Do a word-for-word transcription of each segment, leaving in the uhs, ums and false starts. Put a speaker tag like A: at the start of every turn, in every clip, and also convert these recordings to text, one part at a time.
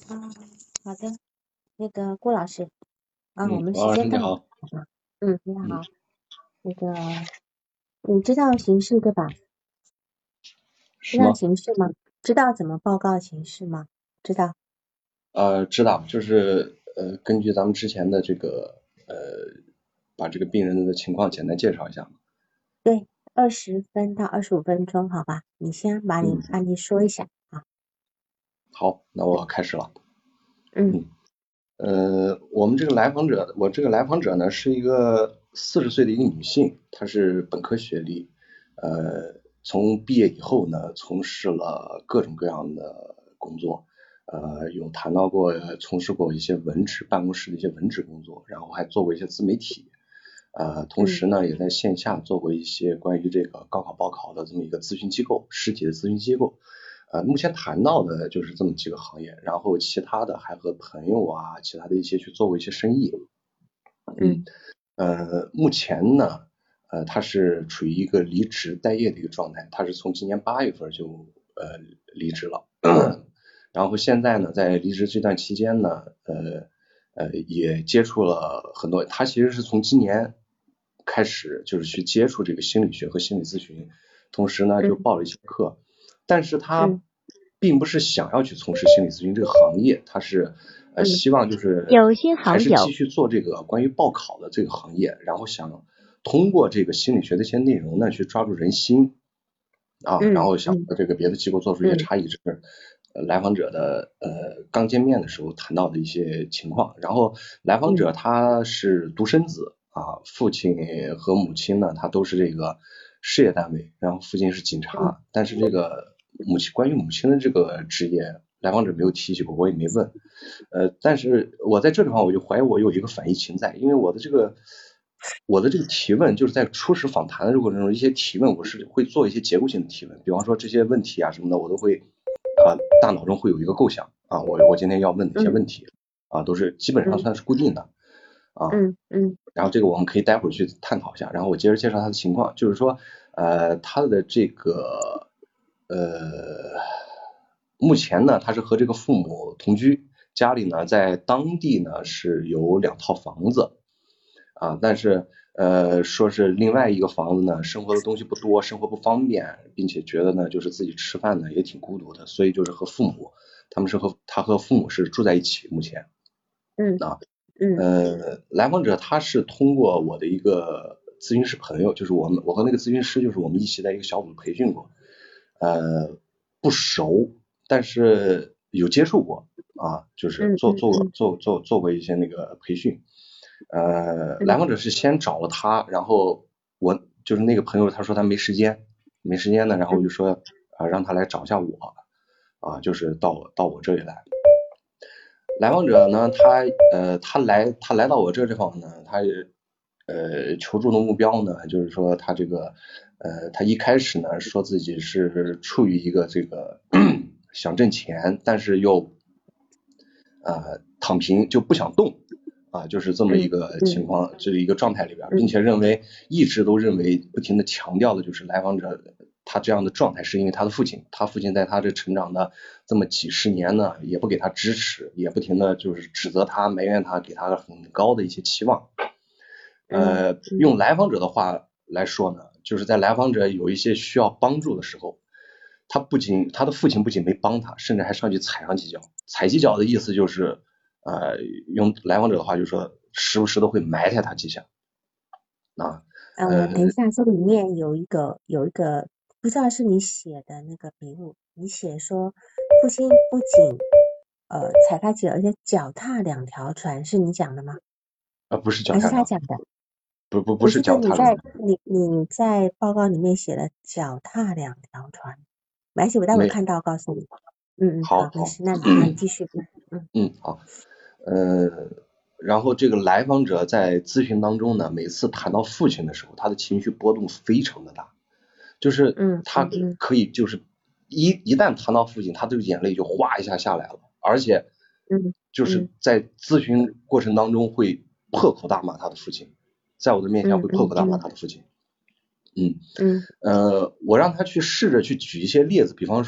A: 啊，好的，那个郭老师啊，我
B: 嗯，
A: 们
B: 王老师
A: 时间到了，
B: 你好。
A: 好吧？嗯，你
B: 嗯，
A: 好，那个你知道形式对吧？知道
B: 什么？
A: 形式吗？知道怎么报告形式吗？知道。
B: 呃，知道，就是呃，根据咱们之前的这个呃，把这个病人的情况简单介绍一下嘛。
A: 对，二十分到二十五分钟，好吧？你先把你
B: 嗯，
A: 案例说一下啊。
B: 好，那我开始了。
A: 嗯
B: 嗯，呃，我们这个来访者，我这个来访者呢是一个四十岁的一个女性，她是本科学历，呃，从毕业以后呢，从事了各种各样的工作，呃，有谈到过从事过一些文职办公室的一些文职工作，然后还做过一些自媒体，呃，同
A: 嗯
B: 时呢，也在线下做过一些关于这个高考报考的这么一个咨询机构，实体的咨询机构。呃，目前谈到的就是这么几个行业，然后其他的还和朋友啊，其他的一些去做过一些生意。嗯，
A: 嗯
B: 呃，目前呢，呃，他是处于一个离职待业的一个状态，他是从今年八月份就呃离职了，然后现在呢，在离职这段期间呢，呃呃，也接触了很多，他其实是从今年开始就是去接触这个心理学和心理咨询，同时呢就
A: 嗯
B: 报了一些课，但是他
A: 嗯
B: 并不是想要去从事心理咨询这个行业，他是呃
A: 嗯，
B: 希望就是
C: 有些
B: 还是
C: 行友
B: 继续做这个关于报考的这个行业，然后想通过这个心理学的一些内容呢去抓住人心啊，然
A: 嗯
B: 后想
A: 嗯
B: 和这个别的机构做出一些
A: 嗯
B: 差异，这是呃来访者的呃刚见面的时候谈到的一些情况。然后来访者
A: 嗯
B: 他是独生子啊，父亲和母亲呢他都是这个事业单位，然后父亲是警
A: 嗯
B: 察，但是这个母亲关于母亲的这个职业，来访者没有提起过，我也没问。呃，但是我在这地方我就怀疑我有一个反疫情在，因为我的这个我的这个提问就是在初始访谈的这个过程中，一些提问我是会做一些结构性的提问，比方说这些问题啊什么的，我都会啊、大脑中会有一个构想啊，我我今天要问哪些
A: 嗯
B: 问题啊，都是基本上
A: 嗯
B: 算是固定的啊，
A: 嗯嗯
B: 然后这个我们可以待会儿去探讨一下，然后我接着介绍他的情况，就是说呃他的这个呃目前呢他是和这个父母同居，家里呢在当地呢是有两套房子啊，但是呃说是另外一个房子呢生活的东西不多，生活不方便，并且觉得呢就是自己吃饭呢也挺孤独的，所以就是和父母他们是和他和父母是住在一起目前。
A: 嗯
B: 啊，
A: 嗯
B: 呃，来访者他是通过我的一个咨询师朋友，就是我们我和那个咨询师就是我们一起在一个小组培训过，呃，不熟，但是有接触过啊，就是
A: 嗯
B: 做做过
A: 嗯
B: 做做做过一些那个培训，呃，来
A: 嗯
B: 访者是先找了他，然后我就是那个朋友他说他没时间，没时间呢，然后我就
A: 嗯
B: 说啊让他来找一下我啊，就是到我到我这里来。来访者呢，他呃，他来他来到我这地方呢，他呃求助的目标呢，就是说他这个呃，他一开始呢说自己是处于一个这个想挣钱，但是又呃躺平就不想动啊，就是这么一
A: 嗯
B: 个
A: 嗯
B: 情况，这一个状态里边，并
A: 嗯
B: 且认为一直都认为不停的强调的就是来访者他这样的状态是因为他的父亲，他父亲在他这成长的这么几十年呢，也不给他支持，也不停的就是指责他、埋怨他，给他很高的一些期望。
A: 嗯
B: 呃，用来访者的话来说呢，就是在来访者有一些需要帮助的时候，他不仅他的父亲不仅没帮他，甚至还上去踩上几脚。踩几脚的意思就是，呃，用来访者的话就是说，时不时的会埋汰他几下啊。
A: 呃，等一
B: 呃，
A: 下，这里面有一个有一个不知道是你写的那个笔录，你写说父亲不仅呃踩他脚，而且脚踏两条船，是你讲的吗？
B: 呃，不是脚
A: 还是
B: 踏两条，
A: 他讲的？
B: 不不不是
A: 我记得
B: 脚踏两条，
A: 你在你你在报告里面写了脚踏两条船，没关系，我待会儿
B: 没，
A: 看到告诉你。嗯嗯，好，没
B: 好好，
A: 事，那你那你继续。嗯
B: 嗯好。呃，然后这个来访者在咨询当中呢，每次谈到父亲的时候，他的情绪波动非常的大，就是
A: 嗯
B: 他
A: 嗯嗯
B: 可以就是一一旦谈到父亲，他的眼泪就哗一下下来了，而且
A: 嗯
B: 就是
A: 嗯
B: 在咨询过程当中会破口大骂他的父亲，在我的面前
A: 嗯
B: 会破口大骂
A: 嗯嗯
B: 他的父亲。嗯，
A: 嗯
B: 呃，我让他去试着去举一些例子，比方说，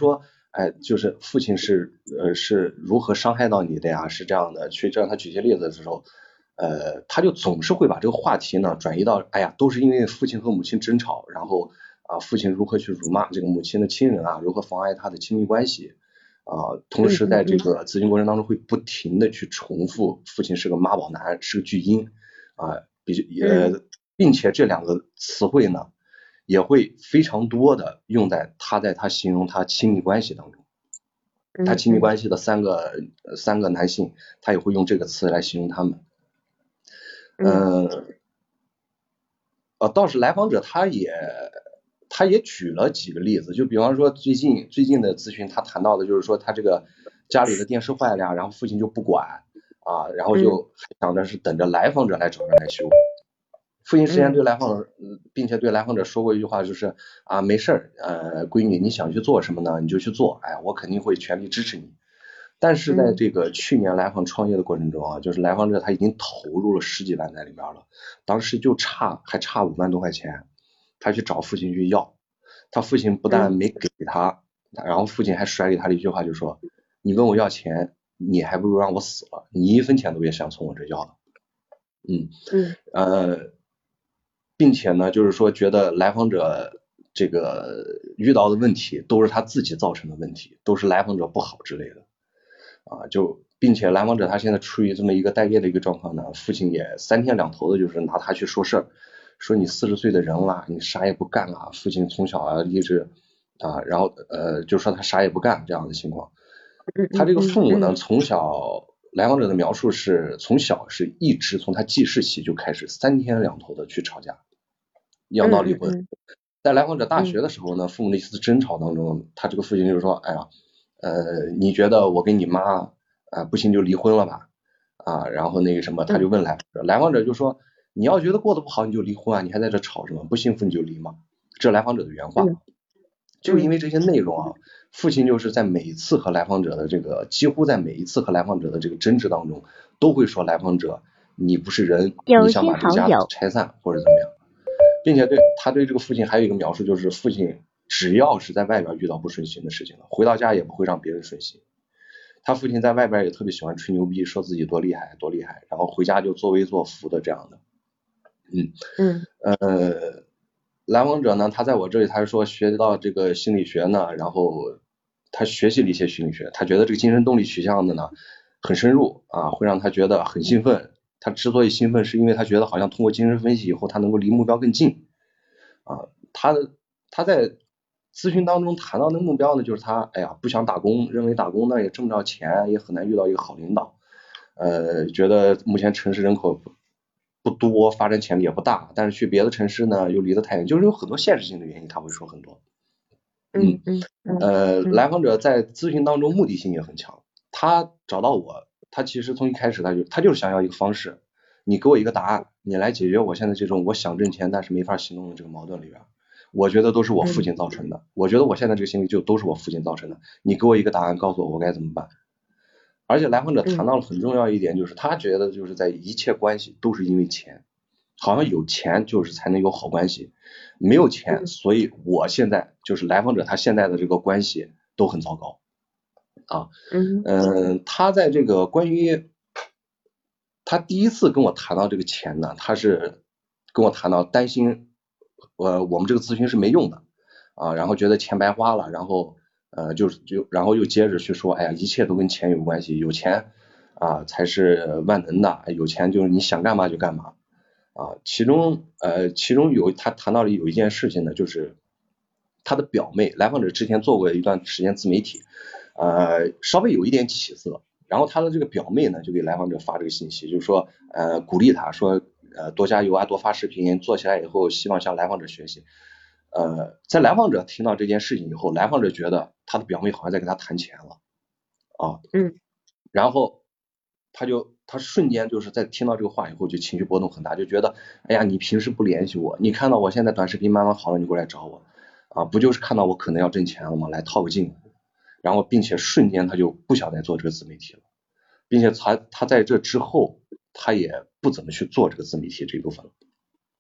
B: 哎，就是父亲是呃是如何伤害到你的呀，是这样的，去让他举些例子的时候，呃，他就总是会把这个话题呢转移到，哎呀，都是因为父亲和母亲争吵，然后啊，父亲如何去辱骂这个母亲的亲人啊，如何妨碍他的亲密关系啊，同时在这个咨询过程当中会不停的去重复父亲是个妈宝男，是个巨婴啊，比呃，并且这两个词汇呢也会非常多的用在他在他形容他亲密关系当中，他亲密关系的三个三个男性，他也会用这个词来形容他们。嗯，呃，倒是来访者他也他也举了几个例子，就比方说最近最近的咨询，他谈到的就是说他这个家里的电视坏了呀，然后父亲就不管啊，然后就想着是等着来访者来找人来修。父亲之前对来访者，并且对来访者说过一句话，就是啊，没事儿，呃，闺女，你想去做什么呢，你就去做，哎，我肯定会全力支持你。但是在这个去年来访创业的过程中啊，就是来访者他已经投入了十几万在里边了，当时就差还差五万多块钱，他去找父亲去要，他父亲不但没给他，然后父亲还甩给他的一句话，就说你问我要钱，你还不如让我死了，你一分钱都别想从我这要了。嗯嗯呃。并且呢，就是说觉得来访者这个遇到的问题都是他自己造成的问题，都是来访者不好之类的啊，就并且来访者他现在处于这么一个待业的一个状况呢，父亲也三天两头的就是拿他去说事儿，说你四十岁的人了，你啥也不干了，父亲从小啊一直啊，然后呃就说他啥也不干这样的情况，他这个父母呢从小。来访者的描述是从小是一直从他记事起就开始三天两头的去吵架，要闹离婚。在来访者大学的时候呢，父母的一次争吵当中，他这个父亲就是说，哎呀，呃，你觉得我跟你妈啊、呃、不行就离婚了吧？啊，然后那个什么，他就问来访者，来访者就说，你要觉得过得不好你就离婚啊，你还在这吵什么？不幸福你就离嘛。这来访者的原话。就因为这些内容啊，父亲就是在每一次和来访者的这个，几乎在每一次和来访者的这个争执当中，都会说来访者你不是人，你想把这个家拆散或者怎么样，并且对他对这个父亲还有一个描述，就是父亲只要是在外边遇到不顺心的事情了，回到家也不会让别人顺心。他父亲在外边也特别喜欢吹牛逼，说自己多厉害多厉害，然后回家就作威作福的这样的。嗯嗯呃。来访者呢，他在我这里，他是说学到这个心理学呢，然后他学习了一些心理学，他觉得这个精神动力取向的呢很深入啊，会让他觉得很兴奋。他之所以兴奋，是因为他觉得好像通过精神分析以后，他能够离目标更近啊。他的他在咨询当中谈到的目标呢，就是他哎呀不想打工，认为打工呢也挣不着钱，也很难遇到一个好领导，呃，觉得目前城市人口不多，发展潜力也不大，但是去别的城市呢又离得太远，就是有很多现实性的原因，他会说很多。嗯嗯呃，来访者在咨询当中目的性也很强，他找到我，他其实从一开始他就他就是想要一个方式，你给我一个答案，你来解决我现在这种我想挣钱但是没法行动的这个矛盾里边，我觉得都是我父亲造成的，我觉得我现在这个行为就都是我父亲造成的，你给我一个答案，告诉我我该怎么办。而且来访者谈到了很重要一点，就是他觉得就是在一切关系都是因为钱，好像有钱就是才能有好关系，没有钱，所以我现在就是来访者他现在的这个关系都很糟糕啊。嗯嗯，他在这个关于他第一次跟我谈到这个钱呢，他是跟我谈到担心呃我们这个咨询是没用的啊，然后觉得钱白花了，然后呃就就然后又接着去说，哎呀，一切都跟钱有关系，有钱啊才是万能的，有钱就是你想干嘛就干嘛啊。其中呃其中有他谈到了有一件事情呢，就是他的表妹，来访者之前做过一段时间自媒体，呃稍微有一点起色，然后他的这个表妹呢就给来访者发这个信息，就是说呃鼓励他说呃多加油啊，多发视频，做起来以后希望向来访者学习。呃，在来访者听到这件事情以后，来访者觉得他的表妹好像在跟他谈钱了啊，嗯，然后他就他瞬间就是在听到这个话以后就情绪波动很大，就觉得哎呀你平时不联系我，你看到我现在短视频慢慢好了，你过来找我啊，不就是看到我可能要挣钱了吗？来套个近乎，然后并且瞬间他就不想再做这个自媒体了，并且他他在这之后他也不怎么去做这个自媒体这一部分了。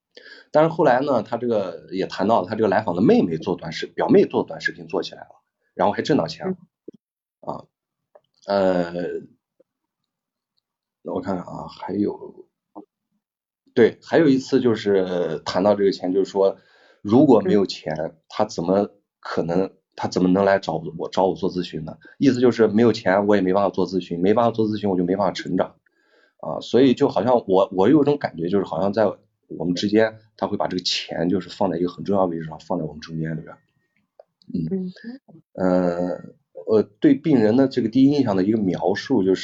B: 但是后来呢，他这个也谈到了，他这个来访的妹妹做短视，表妹做短视频做起来了， 然后还挣到钱了啊。呃，我看看啊，还有。对，还有一次就是谈到这个钱，就是说如果没有钱，他怎么可能他怎么能来找我找我做咨询呢？意思就是没有钱，我也没办法做咨询，没办法做咨询，我就没办法成长啊。所以就好像我我有一种感觉，就是好像在我们之间，他会把这个钱就是放在一个很重要的位置上，放在我们中间里边。嗯呃呃，对病人的这个第一印象的一个描述就是，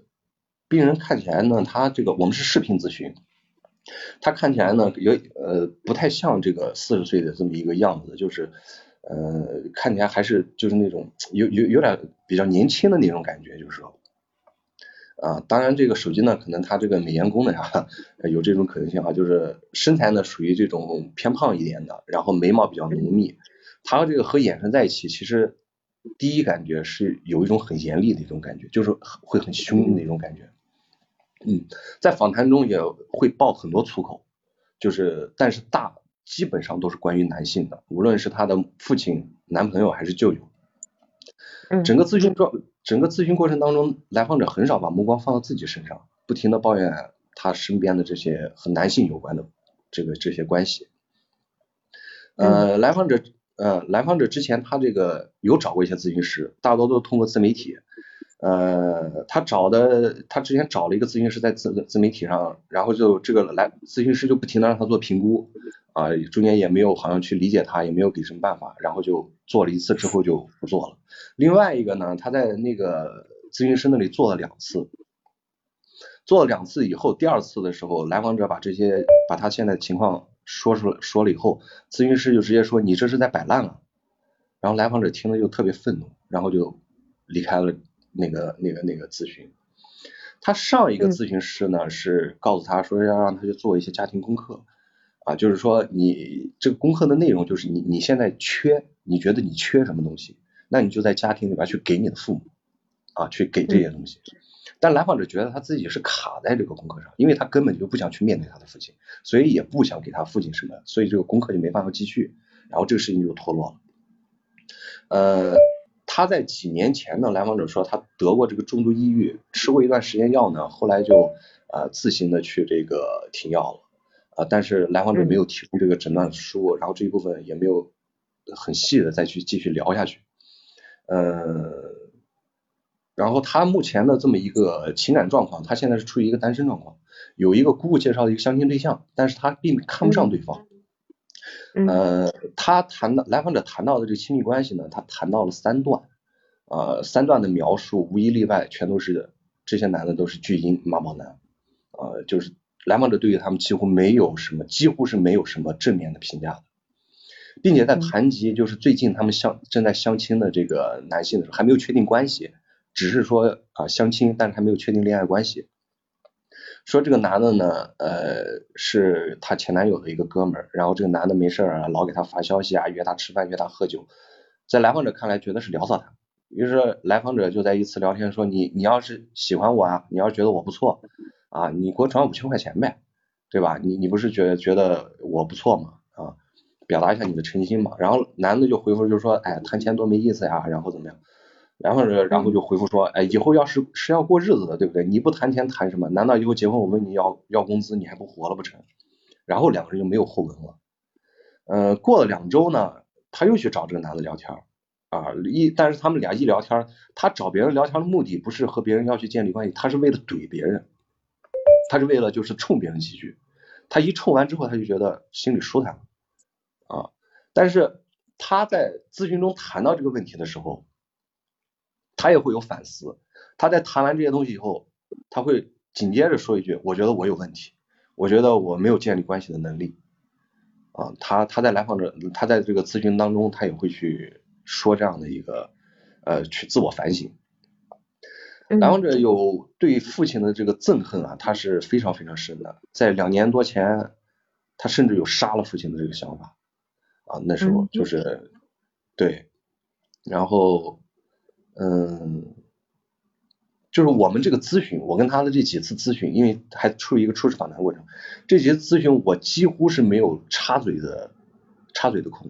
B: 病人看起来呢，他这个我们是视频咨询。他看起来呢，有呃不太像这个四十岁的这么一个样子，就是呃看起来还是就是那种有有有点比较年轻的那种感觉，就是说啊，当然这个手机呢，可能它这个美颜功能啊有这种可能性啊，就是身材呢属于这种偏胖一点的，然后眉毛比较浓密，他这个和眼神在一起，其实第一感觉是有一种很严厉的一种感觉，就是会很凶的那种感觉。嗯，在访谈中也会爆很多粗口，就是但是大基本上都是关于男性的，无论是他的父亲、男朋友还是舅舅。整个咨询状整个咨询过程当中，来访者很少把目光放到自己身上，不停的抱怨他身边的这些和男性有关的这个这些关系。呃，来访者呃来访者之前他这个有找过一些咨询师，大多都通过自媒体。呃，他找的，他之前找了一个咨询师在自自媒体上，然后就这个来咨询师就不停的让他做评估，啊、中间也没有好像去理解他，也没有给什么办法，然后就做了一次之后就不做了。另外一个呢，他在那个咨询师那里做了两次，做了两次以后，第二次的时候，来访者把这些把他现在的情况说出来说了以后，咨询师就直接说你这是在摆烂了，然后来访者听了就特别愤怒，然后就离开了。那个那个那个咨询，他上一个咨询师呢是告诉他说要让他去做一些家庭功课啊，就是说你这个功课的内容就是你你现在缺，你觉得你缺什么东西，那你就在家庭里边去给你的父母啊，去给这些东西。但来访者觉得他自己是卡在这个功课上，因为他根本就不想去面对他的父亲，所以也不想给他父亲什么，所以这个功课就没办法继续，然后这个事情就脱落了。呃。他在几年前呢，来访者说他得过这个重度抑郁，吃过一段时间药呢，后来就呃自行的去这个停药了，啊、呃，但是来访者没有提供这个诊断书，然后这一部分也没有很细的再去继续聊下去，呃，然后他目前的这么一个情感状况，他现在是处于一个单身状况，有一个姑姑介绍的一个相亲对象，但是他并看不上对方。呃，他谈的来访者谈到的这个亲密关系呢，他谈到了三段，呃，三段的描述无一例外全都是这些男的都是巨婴妈宝男，呃，就是来访者对于他们几乎没有什么，几乎是没有什么正面的评价的，并且在谈及就是最近他们相正在相亲的这个男性的时候，还没有确定关系，只是说啊、呃、相亲，但是还没有确定恋爱关系。说这个男的呢，呃，是他前男友的一个哥们儿，然后这个男的没事啊，老给他发消息啊，约他吃饭，约他喝酒，在来访者看来觉得是聊骚他，于是来访者就在一次聊天说，你你要是喜欢我啊，你要是觉得我不错啊，你给我转五千块钱呗，对吧？你你不是觉得觉得我不错吗？啊，表达一下你的诚心嘛。然后男的就回复就说，哎，谈钱多没意思呀，然后怎么样？然后然后就回复说，哎，以后要是是要过日子的，对不对？你不谈钱谈什么？难道以后结婚我问你要要工资，你还不活了不成？然后两个人就没有后文了。呃，过了两周呢，他又去找这个男的聊天啊，一但是他们俩一聊天，他找别人聊天的目的不是和别人要去建立关系，他是为了怼别人，他是为了就是冲别人几句。他一冲完之后，他就觉得心里舒坦了啊。但是他在咨询中谈到这个问题的时候，他也会有反思，他在谈完这些东西以后，他会紧接着说一句，我觉得我有问题，我觉得我没有建立关系的能力啊，他他在来访者他在这个咨询当中，他也会去说这样的一个呃去自我反省。来访者有对父亲的这个憎恨啊，他是非常非常深的，在两年多前，他甚至有杀了父亲的这个想法啊，那时候就是对，然后嗯。就是我们这个咨询，我跟他的这几次咨询，因为还处于一个初始访谈过程，这几次咨询我几乎是没有插嘴的插嘴的空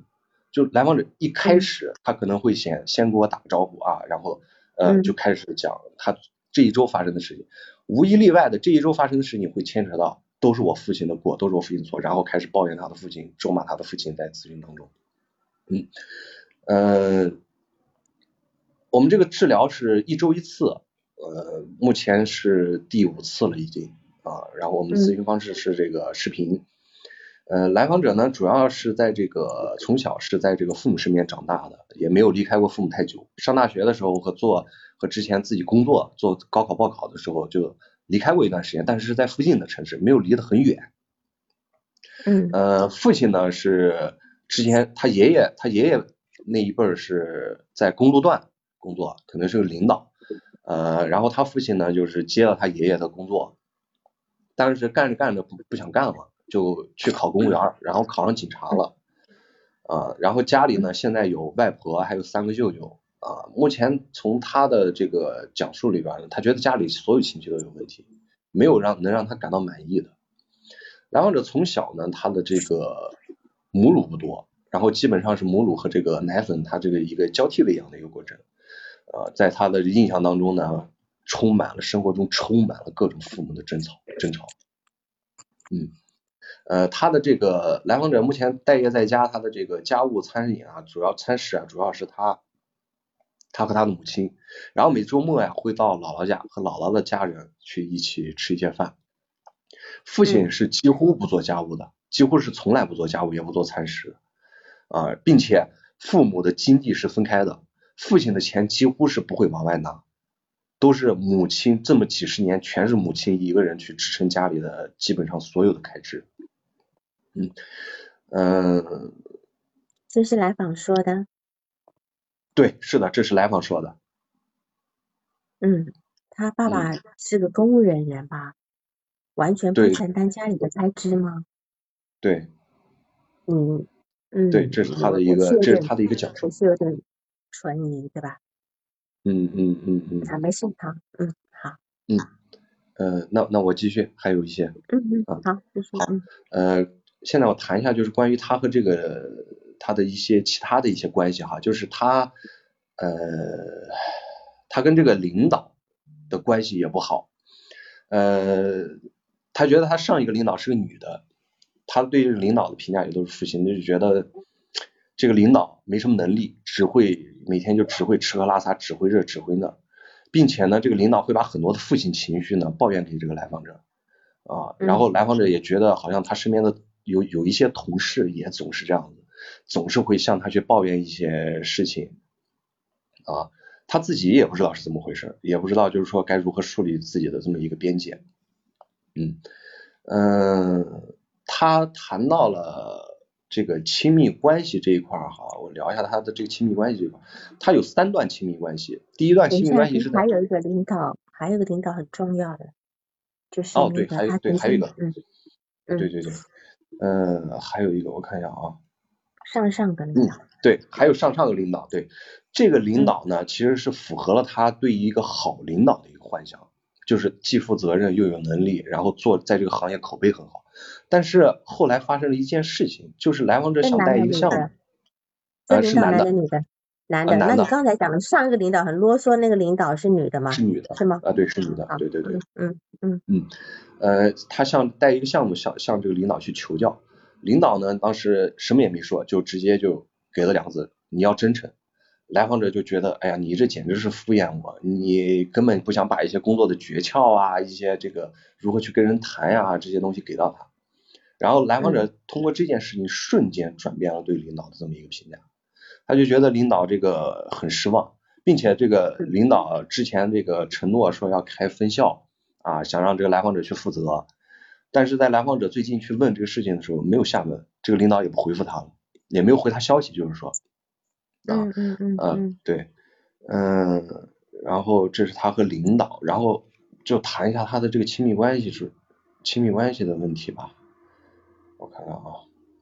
B: 就来访者一开始他可能会先先跟我打个招呼啊，然后呃就开始讲他这一周发生的事情，无一例外的这一周发生的事情会牵扯到都是我父亲的过，都是我父亲的错，然后开始抱怨他的父亲，咒骂他的父亲在咨询当中。嗯呃我们这个治疗是一周一次，呃目前是第五次了已经啊，然后我们咨询方式是这个视频。呃，来访者呢，主要是在这个从小是在这个父母身边长大的，也没有离开过父母太久。上大学的时候和做和之前自己工作做高考报考的时候就离开过一段时间，但是是在附近的城市，没有离得很远。
A: 嗯，
B: 呃，父亲呢是之前他爷爷他爷爷那一辈儿是在公路段工作，可能是个领导。呃，然后他父亲呢就是接了他爷爷的工作，但是干着干着不不想干了。就去考公务员，然后考上警察了，啊，然后家里呢现在有外婆，还有三个舅舅，啊，目前从他的这个讲述里边呢，他觉得家里所有亲戚都有问题，没有让能让他感到满意的。来访者从小呢，他的这个母乳不多，然后基本上是母乳和这个奶粉，他这个一个交替喂养的一个过程，呃，在他的印象当中呢，充满了生活中充满了各种父母的争吵争吵，嗯。呃，他的这个来访者目前待业在家，他的这个家务餐饮啊，主要餐食啊，主要是他他和他的母亲，然后每周末呀会到姥姥家和姥姥的家人去一起吃一些饭。父亲是几乎不做家务的，几乎是从来不做家务，也不做餐食啊，并且父母的经济是分开的，父亲的钱几乎是不会往外拿，都是母亲这么几十年全是母亲一个人去支撑家里的基本上所有的开支。嗯嗯，
A: 这是来访说的。
B: 对，是的，这是来访说的。
A: 嗯，他爸爸
B: 嗯，
A: 是个公务人员吧？完全不
B: 对
A: 承担家里的开支吗？
B: 对
A: 嗯
B: 对，
A: 嗯，
B: 这是他的
A: 我我是
B: 一个，
A: 有点，
B: 这是他的一个讲
A: 我
B: 述。
A: 是有点存疑，对吧？
B: 嗯嗯嗯嗯
A: 啊，没事，好，嗯，好，
B: 嗯，呃，那那我继续，还有一些
A: 嗯嗯，
B: 啊，
A: 好，继续，
B: 好，
A: 嗯
B: 呃，现在我谈一下就是关于他和这个他的一些其他的一些关系哈，就是他呃，他跟这个领导的关系也不好，呃，他觉得他上一个领导是个女的，他对这个领导的评价也都是负心，就是觉得这个领导没什么能力，只会每天就只会吃喝拉撒，只会这只会那，并且呢，这个领导会把很多的负性情绪呢抱怨给这个来访者啊，然后来访者也觉得好像他身边的有有一些同事也总是这样子，总是会向他去抱怨一些事情啊，他自己也不知道是怎么回事，也不知道就是说该如何树立自己的这么一个边界。嗯嗯，他谈到了这个亲密关系这一块儿哈，我聊一下他的这个亲密关系这一块儿，他有三段亲密关系，第一段亲密
A: 等一下，不
B: 关系是在
A: 是还有一个领导，还有一个领导很重要的，就是
B: 哦对，
A: 那个
B: 还有
A: 他曾经，
B: 对还有一个
A: 嗯嗯，
B: 对对对，嗯还有一个我看一下啊，
A: 上上个领
B: 嗯，
A: 导，
B: 对，还有上上个领导，对，这个领
A: 嗯
B: 导呢，其实是符合了他对于一个好领导的一个幻想，就是既负责任又有能力，然后做在这个行业口碑很好。但是后来发生了一件事情，就是来访者想
A: 这男
B: 带一个项目，
A: 的女的，这
B: 呃，
A: 领导
B: 是男的，
A: 男的女的？男
B: 呃，
A: 的，那你
B: 男的，
A: 刚才讲的上一个领导很啰嗦，那个领导是女的吗？
B: 是女的，
A: 是吗？
B: 啊、对，是女的，
A: 好，
B: 对对对，
A: 嗯嗯嗯
B: 嗯，呃，他向带一个项目向向这个领导去求教，领导呢当时什么也没说，就直接就给了两个字，你要真诚。来访者就觉得，哎呀，你这简直是敷衍我，你根本不想把一些工作的诀窍啊，一些这个如何去跟人谈呀、这些东西给到他。然后来访
A: 嗯
B: 者通过这件事情瞬间转变了对领导的这么一个评价，他就觉得领导这个很失望，并且这个
A: 嗯
B: 领导之前这个承诺说要开分校啊，想让这个来访者去负责，但是在来访者最近去问这个事情的时候没有下文，这个领导也不回复他了，也没有回他消息，就是说啊
A: 嗯嗯嗯
B: 呃
A: 嗯，
B: 对，嗯，然后这是他和领导，然后就谈一下他的这个亲密关系是亲密关系的问题吧，我看看啊。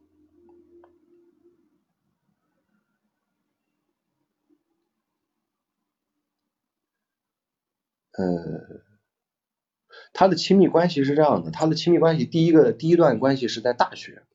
B: 呃，他的亲密关系是这样的，他的亲密关系第一个第一段关系是在大学，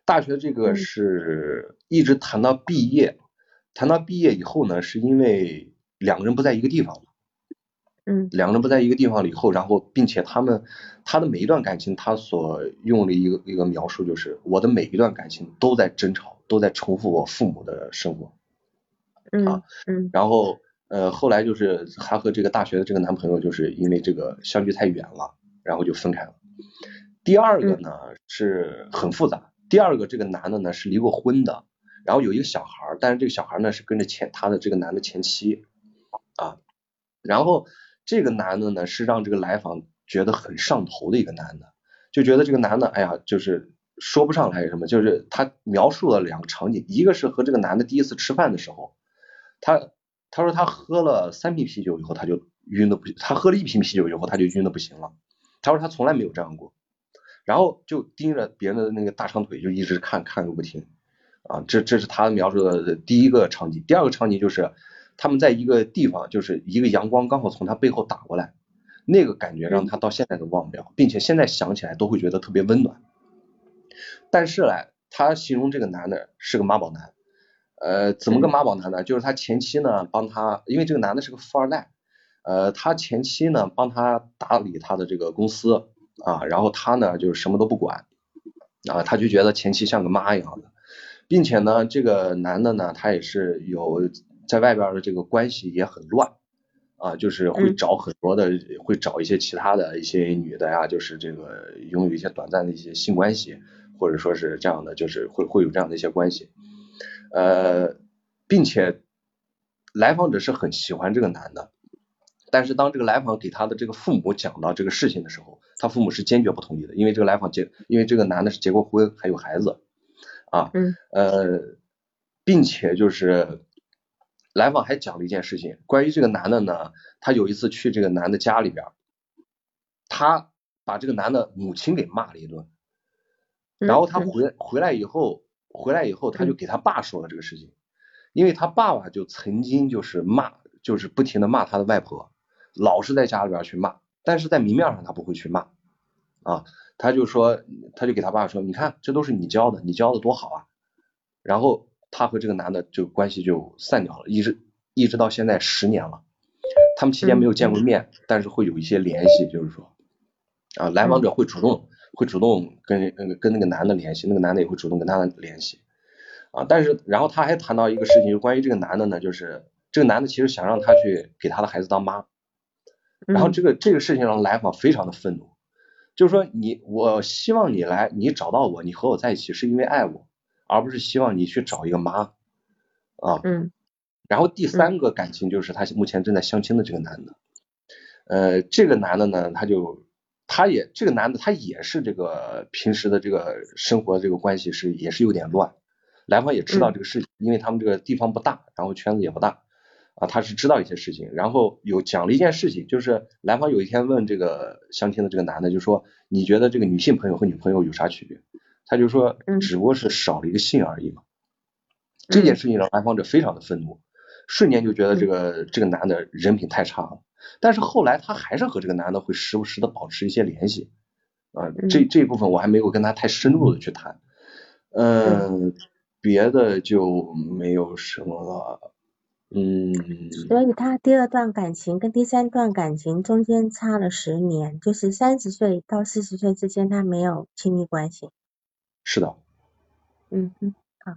B: 大学这个
A: 嗯
B: 是一直谈到毕业，谈到毕业以后呢，是因为两个人不在一个地方了。
A: 嗯
B: 两个人不在一个地方了以后，然后并且他们他的每一段感情，他所用的一个一个描述就是我的每一段感情都在争吵，都在重复我父母的生活啊。
A: 嗯嗯
B: 然后呃后来就是他和这个大学的这个男朋友就是因为这个相距太远了，然后就分开了。第二个
A: 嗯
B: 呢是很复杂，第二个这个男的呢是离过婚的，然后有一个小孩，但是这个小孩呢是跟着前他的这个男的前妻啊。然后这个男的呢是让这个来访觉得很上头的一个男的，就觉得这个男的哎呀就是说不上来什么，就是他描述了两个场景，一个是和这个男的第一次吃饭的时候，他他说他喝了三瓶啤酒以后他就晕的不行，他喝了一瓶啤酒以后他就晕的不行了，他说他从来没有这样过，然后就盯着别人的那个大长腿就一直看看个不停啊，这这是他描述的第一个场景。第二个场景就是他们在一个地方，就是一个阳光刚好从他背后打过来，那个感觉让
A: 嗯
B: 他到现在都忘不了，并且现在想起来都会觉得特别温暖。但是呢，他形容这个男的是个妈宝男，呃，怎么个
A: 嗯
B: 妈宝男呢？就是他前妻呢帮他，因为这个男的是个富二代，呃，他前妻呢帮他打理他的这个公司啊，然后他呢就是什么都不管啊，他就觉得前妻像个妈一样的，并且呢，这个男的呢他也是有在外边的这个关系也很乱。啊，就是会
A: 嗯
B: 找很多的，会找一些其他的一些女的呀，就是这个拥有一些短暂的一些性关系，或者说是这样的，就是会会有这样的一些关系，呃，并且来访者是很喜欢这个男的，但是当这个来访给他的这个父母讲到这个事情的时候，他父母是坚决不同意的，因为这个来访结，因为这个男的是结过婚，还有孩子啊，
A: 嗯
B: 呃，并且就是来访还讲了一件事情，关于这个男的呢，他有一次去这个男的家里边，他把这个男的母亲给骂了一顿，然后他
A: 嗯嗯
B: 回回来以后，回来以后他就
A: 嗯
B: 给他爸说了这个事情，因为他爸爸就曾经就是骂，就是不停的骂他的外婆，老是在家里边去骂，但是在明面上他不会去骂啊，他就说，他就给他爸说，你看这都是你教的，你教的多好啊，然后他和这个男的就关系就散掉了，一直一直到现在十年了，他们期间没有见
A: 嗯嗯
B: 过面，但是会有一些联系，就是说啊，来访
A: 嗯
B: 者会主动会主动跟那个跟那个男的联系，那个男的也会主动跟他联系啊，但是然后他还谈到一个事情，就关于这个男的呢，就是这个男的其实想让他去给他的孩子当妈，然后
A: 嗯
B: 这个这个事情让来访非常的愤怒，就是说你我希望你来，你找到我，你和我在一起是因为爱我，而不是希望你去找一个妈啊。
A: 嗯
B: 然后第
A: 嗯
B: 三个感情就是他目前正在相亲的这个男的，呃，这个男的呢，他就他也这个男的他也是这个平时的这个生活这个关系是也是有点乱，来访也知道
A: 嗯
B: 这个事情，因为他们这个地方不大，然后圈子也不大啊，他是知道一些事情，然后有讲了一件事情，就是来访有一天问这个相亲的这个男的，就说你觉得这个女性朋友和女朋友有啥区别？他就说
A: 嗯
B: 只不过是少了一个姓而已嘛。这件
A: 嗯
B: 事情让来访者非常的愤怒，瞬间就觉得这
A: 嗯
B: 个这个男的人品太差了。但是后来他还是和这个男的会时不时的保持一些联系啊，这
A: 嗯
B: 这一部分我还没有跟他太深入的去谈，
A: 嗯，
B: 嗯，别的就没有什么了，嗯，
A: 所以他第二段感情跟第三段感情中间差了十年，就是三十岁到四十岁之间他没有亲密关系。
B: 是的，
A: 嗯嗯，好，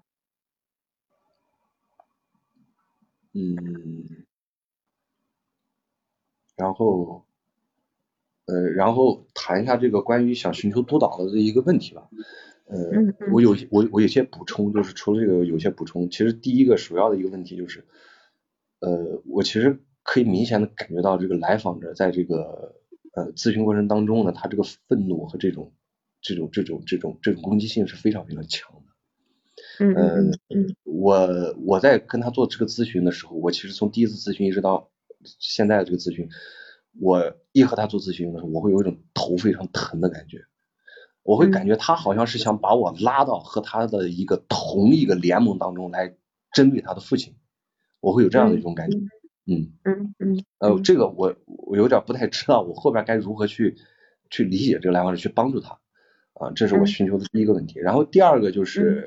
B: 嗯，然后呃，然后谈一下这个关于想寻求督导的这一个问题吧。呃，
A: 嗯嗯
B: 我有我我有些补充，就是除了这个有些补充，其实第一个首要的一个问题就是，呃，我其实可以明显的感觉到这个来访者在这个呃咨询过程当中呢，他这个愤怒和这种这种这种这种这种攻击性是非常非常强的。
A: 嗯嗯
B: 呃，
A: 嗯嗯
B: 我我在跟他做这个咨询的时候，我其实从第一次咨询一直到现在的这个咨询，我一和他做咨询的时候，我会有一种头非常疼的感觉，我会感
A: 嗯
B: 觉他好像是想把我拉到和他的一个同一个联盟当中来针对他的父亲，我会有这样的一
A: 嗯
B: 种感觉，嗯，
A: 嗯嗯
B: 呃，
A: 嗯
B: 这个我我有点不太知道我后边该如何去去理解这个来访者，去帮助他。 啊，这是我寻求的第一个问题。然后第二个就是，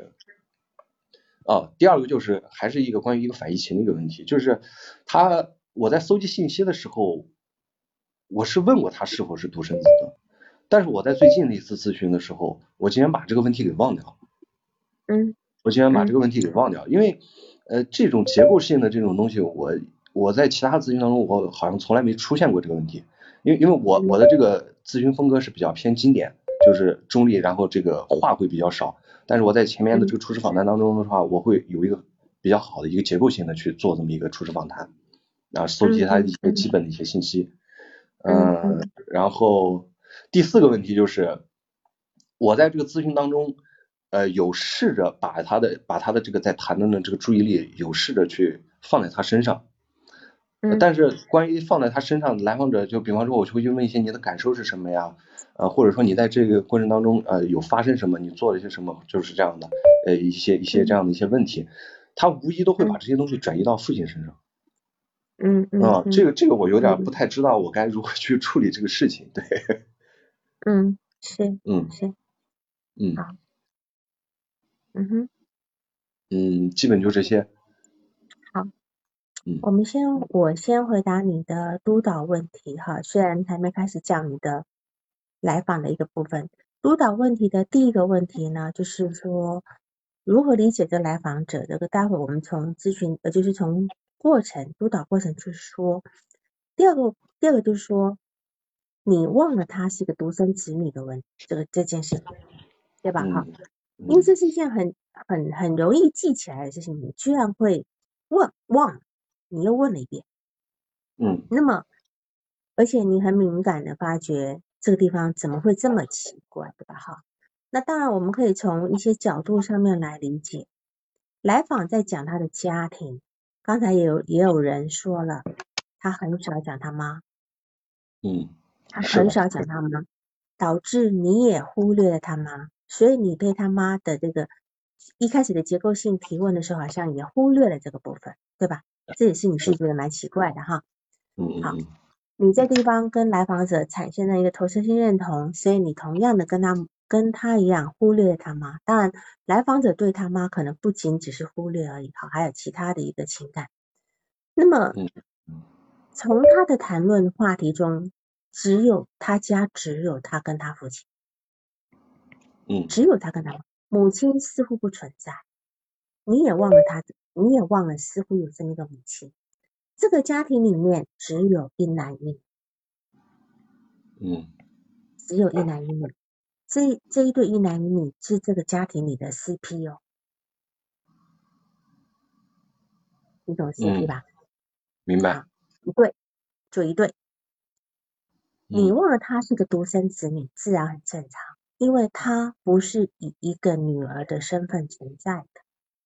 B: 哦，第二个就是还是一个关于一个反疫情的一个问题，就是他我在搜集信息的时候，我是问过他是否是独生子的，但是我在最近的一次咨询的时候，我竟然把这个问题给忘掉了。
A: 嗯，
B: 我竟然把这个问题给忘掉，因为呃这种结构性的这种东西，我我在其他咨询当中，我好像从来没出现过这个问题，因为因为我我的这个咨询风格是比较偏经典，就是中立，然后这个话会比较少，但是我在前面的这个初始访谈当中的话，我会有一个比较好的一个结构性的去做这么一个初始访谈，然后搜集他一些基本的一些信息，嗯，然后第四个问题就是我在这个咨询当中。呃，有试着把他的把他的这个在谈论的这个注意力有试着去放在他身上，呃，但是关于放在他身上，来访者就比方说，我就会去问一些你的感受是什么呀，呃，或者说你在这个过程当中呃有发生什么，你做了一些什么，就是这样的，呃一些一些这样的一些问题，他无疑都会把这些东西转移到父亲身上。
A: 嗯嗯
B: 啊，这个这个我有点不太知道我该如何去处理这个事情，对。
A: 嗯，是，
B: 嗯
A: 是，
B: 嗯
A: 好，嗯哼，
B: 嗯，基本就这些。
A: 好，
B: 嗯，
A: 我们先我先回答你的督导问题哈，虽然还没开始讲你的来访的一个部分。督导问题的第一个问题呢，就是说如何理解这来访者，这个待会我们从咨询呃就是从过程督导过程去说。第二个第二个就是说你忘了他是一个独生子女的问这个这件事，对吧？哈，因为这是一件很很很容易记起来的事情，你居然会忘忘了，你又问了一遍，
B: 嗯，
A: 那么而且你很敏感的发觉这个地方怎么会这么奇怪，对吧？哈，那当然我们可以从一些角度上面来理解。来访在讲他的家庭，刚才也有也有人说了，他很少讲他妈，
B: 嗯，
A: 他很
B: 是的，
A: 少讲他妈，导致你也忽略了他妈，所以你对他妈的这个一开始的结构性提问的时候，好像也忽略了这个部分，对吧？这也是你是觉得蛮奇怪的哈。好，
B: 嗯嗯嗯
A: 你这地方跟来访者产生了一个投射性认同，所以你同样的跟他跟他一样忽略了他妈。当然，来访者对他妈可能不仅只是忽略而已，好，还有其他的一个情感。那么，从他的谈论话题中，只有他家只有他跟他父亲，
B: 嗯，
A: 只有他跟他母亲似乎不存在，你也忘了他，你也忘了似乎有这么一个母亲。这个家庭里面只有一男一女，
B: 嗯，
A: 只有一男一女。这这一对一男一女是这个家庭里的 C P 哦，你懂 C P
B: 嗯，
A: 吧？
B: 明白。
A: 好，一对就一对，你
B: 嗯
A: 忘了他是个独生子女，自然很正常，因为他不是以一个女儿的身份存在的，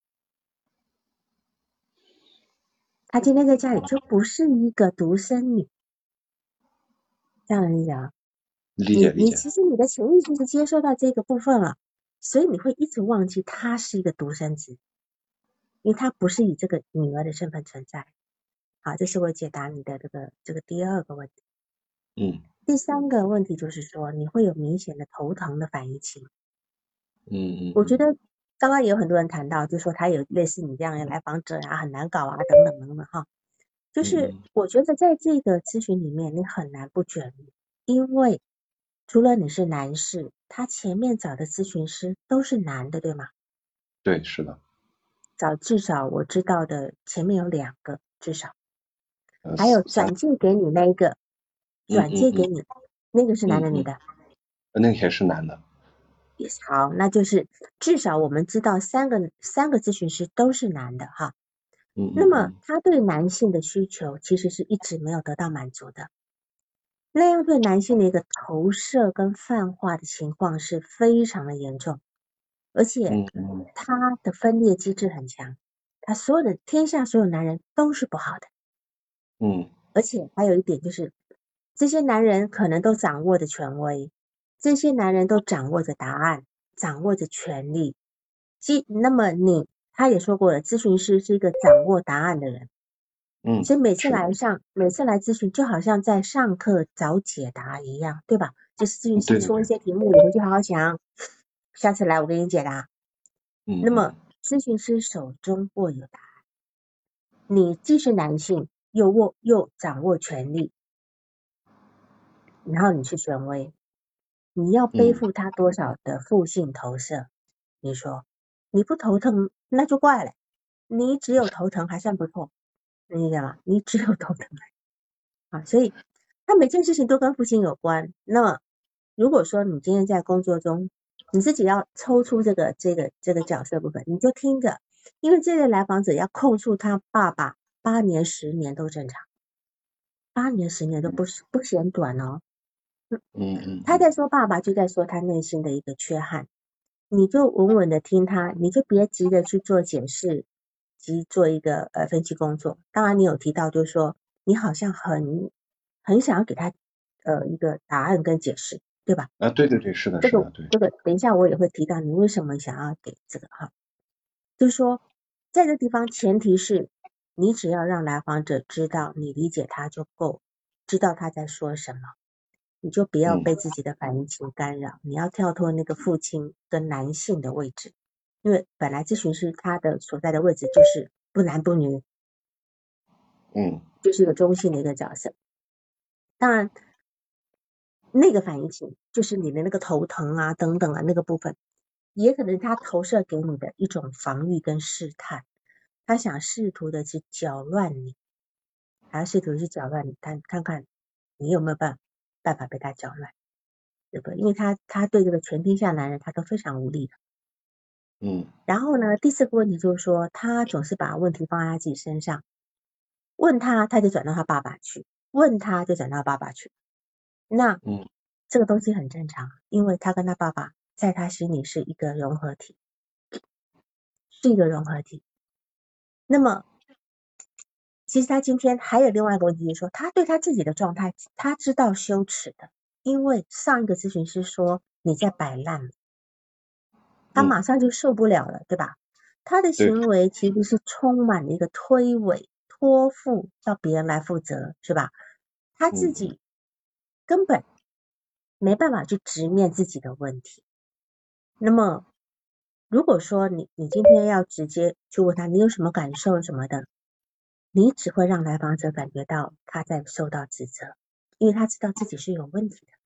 A: 他今天在家里就不是一个独生女，这样理解吗？你
B: 理解理解。
A: 你其实你的潜意识是接受到这个部分了，所以你会一直忘记他是一个独生子，因为他不是以这个女儿的身份存在。好，这是我解答你的这个这个第二个问题。
B: 嗯
A: 第三个问题就是说，你会有明显的头疼的反应情。
B: 嗯嗯，
A: 我觉得刚刚也有很多人谈到，就说他有类似你这样的来访者啊，很难搞啊，等等等等哈。就是我觉得在这个咨询里面，你很难不卷入，因为除了你是男士，他前面找的咨询师都是男的，对吗？
B: 对，是的。
A: 找至少我知道的前面有两个，至少
B: 呃，
A: 还有
B: 三，
A: 转介给你那一个，转
B: 嗯嗯嗯
A: 介给你那个是男
B: 嗯嗯，
A: 的女的？
B: 那个也是男的。
A: 好，那就是至少我们知道三个三个咨询师都是男的哈。
B: 嗯
A: 那么
B: 嗯
A: 他对男性的需求其实是一直没有得到满足的，那样对男性的一个投射跟泛化的情况是非常的严重，而且
B: 嗯嗯
A: 他的分裂机制很强，他所有的天下所有男人都是不好的，
B: 嗯
A: 而且还有一点就是，这些男人可能都掌握着权威，这些男人都掌握着答案，掌握着权力。即那么你，他也说过了，咨询师是一个掌握答案的人，
B: 嗯，
A: 所以每次
B: 是的。
A: 来上，每次来咨询就好像在上课找解答一样，对吧？ 就是咨询师
B: 对对对，
A: 出一些题目，你回去好好想，下次来我给你解答。
B: 嗯
A: 那么咨询师手中握有答案，你既是男性，又握又掌握权力，然后你是权威，你要背
B: 嗯
A: 负他多少的负性投射？你说你不头疼那就怪了，你只有头疼还算不错，你理解吗？你只有头疼啊，所以他每件事情都跟父亲有关。那么如果说你今天在工作中，你自己要抽出这个这个这个角色部分，你就听着，因为这类来访者要控诉他爸爸八年十年都正常，八年十年都不不嫌短哦。
B: 嗯嗯
A: 他在说爸爸，就在说他内心的一个缺憾，你就稳稳的听他，你就别急着去做解释及做一个呃分析工作。当然你有提到就是说你好像很很想要给他呃一个答案跟解释，对吧？
B: 啊，对对对，是的，
A: 这个
B: 是的，对，
A: 这个等一下我也会提到你为什么想要给这个哈，就是说在这个地方前提是你只要让来访者知道你理解他就够，知道他在说什么。你就不要
B: 嗯
A: 被自己的反应情干扰，你要跳脱那个父亲跟男性的位置，因为本来咨询师他的所在的位置就是不男不女，
B: 嗯
A: 就是一个中性的一个角色。当然，那个反应情就是你的那个头疼啊等等啊那个部分，也可能他投射给你的一种防御跟试探，他想试图的去搅乱你，还要试图去搅乱你，看看看你有没有办办法被他搅乱。对不对？因为他他对这个全天下男人他都非常无力的。
B: 嗯
A: 然后呢，第四个问题就是说，他总是把问题放在他自己身上，问他他就转到他爸爸去，问他就转到爸爸去。那
B: 嗯
A: 这个东西很正常，因为他跟他爸爸在他心里是一个融合体，是一个融合体。那么其实他今天还有另外一个问题，就是说他对他自己的状态，他知道羞耻的，因为上一个咨询师说你在摆烂。他
B: 嗯，
A: 马上就受不了了，对吧？他的
B: 对，
A: 行为其实是充满了一个推诿、托付，要别人来负责，是吧？他自
B: 嗯
A: 己根本没办法去直面自己的问题。那么，如果说你你今天要直接去问他，你有什么感受什么的，你只会让来访者感觉到他在受到指责，因为他知道自己是有问题的。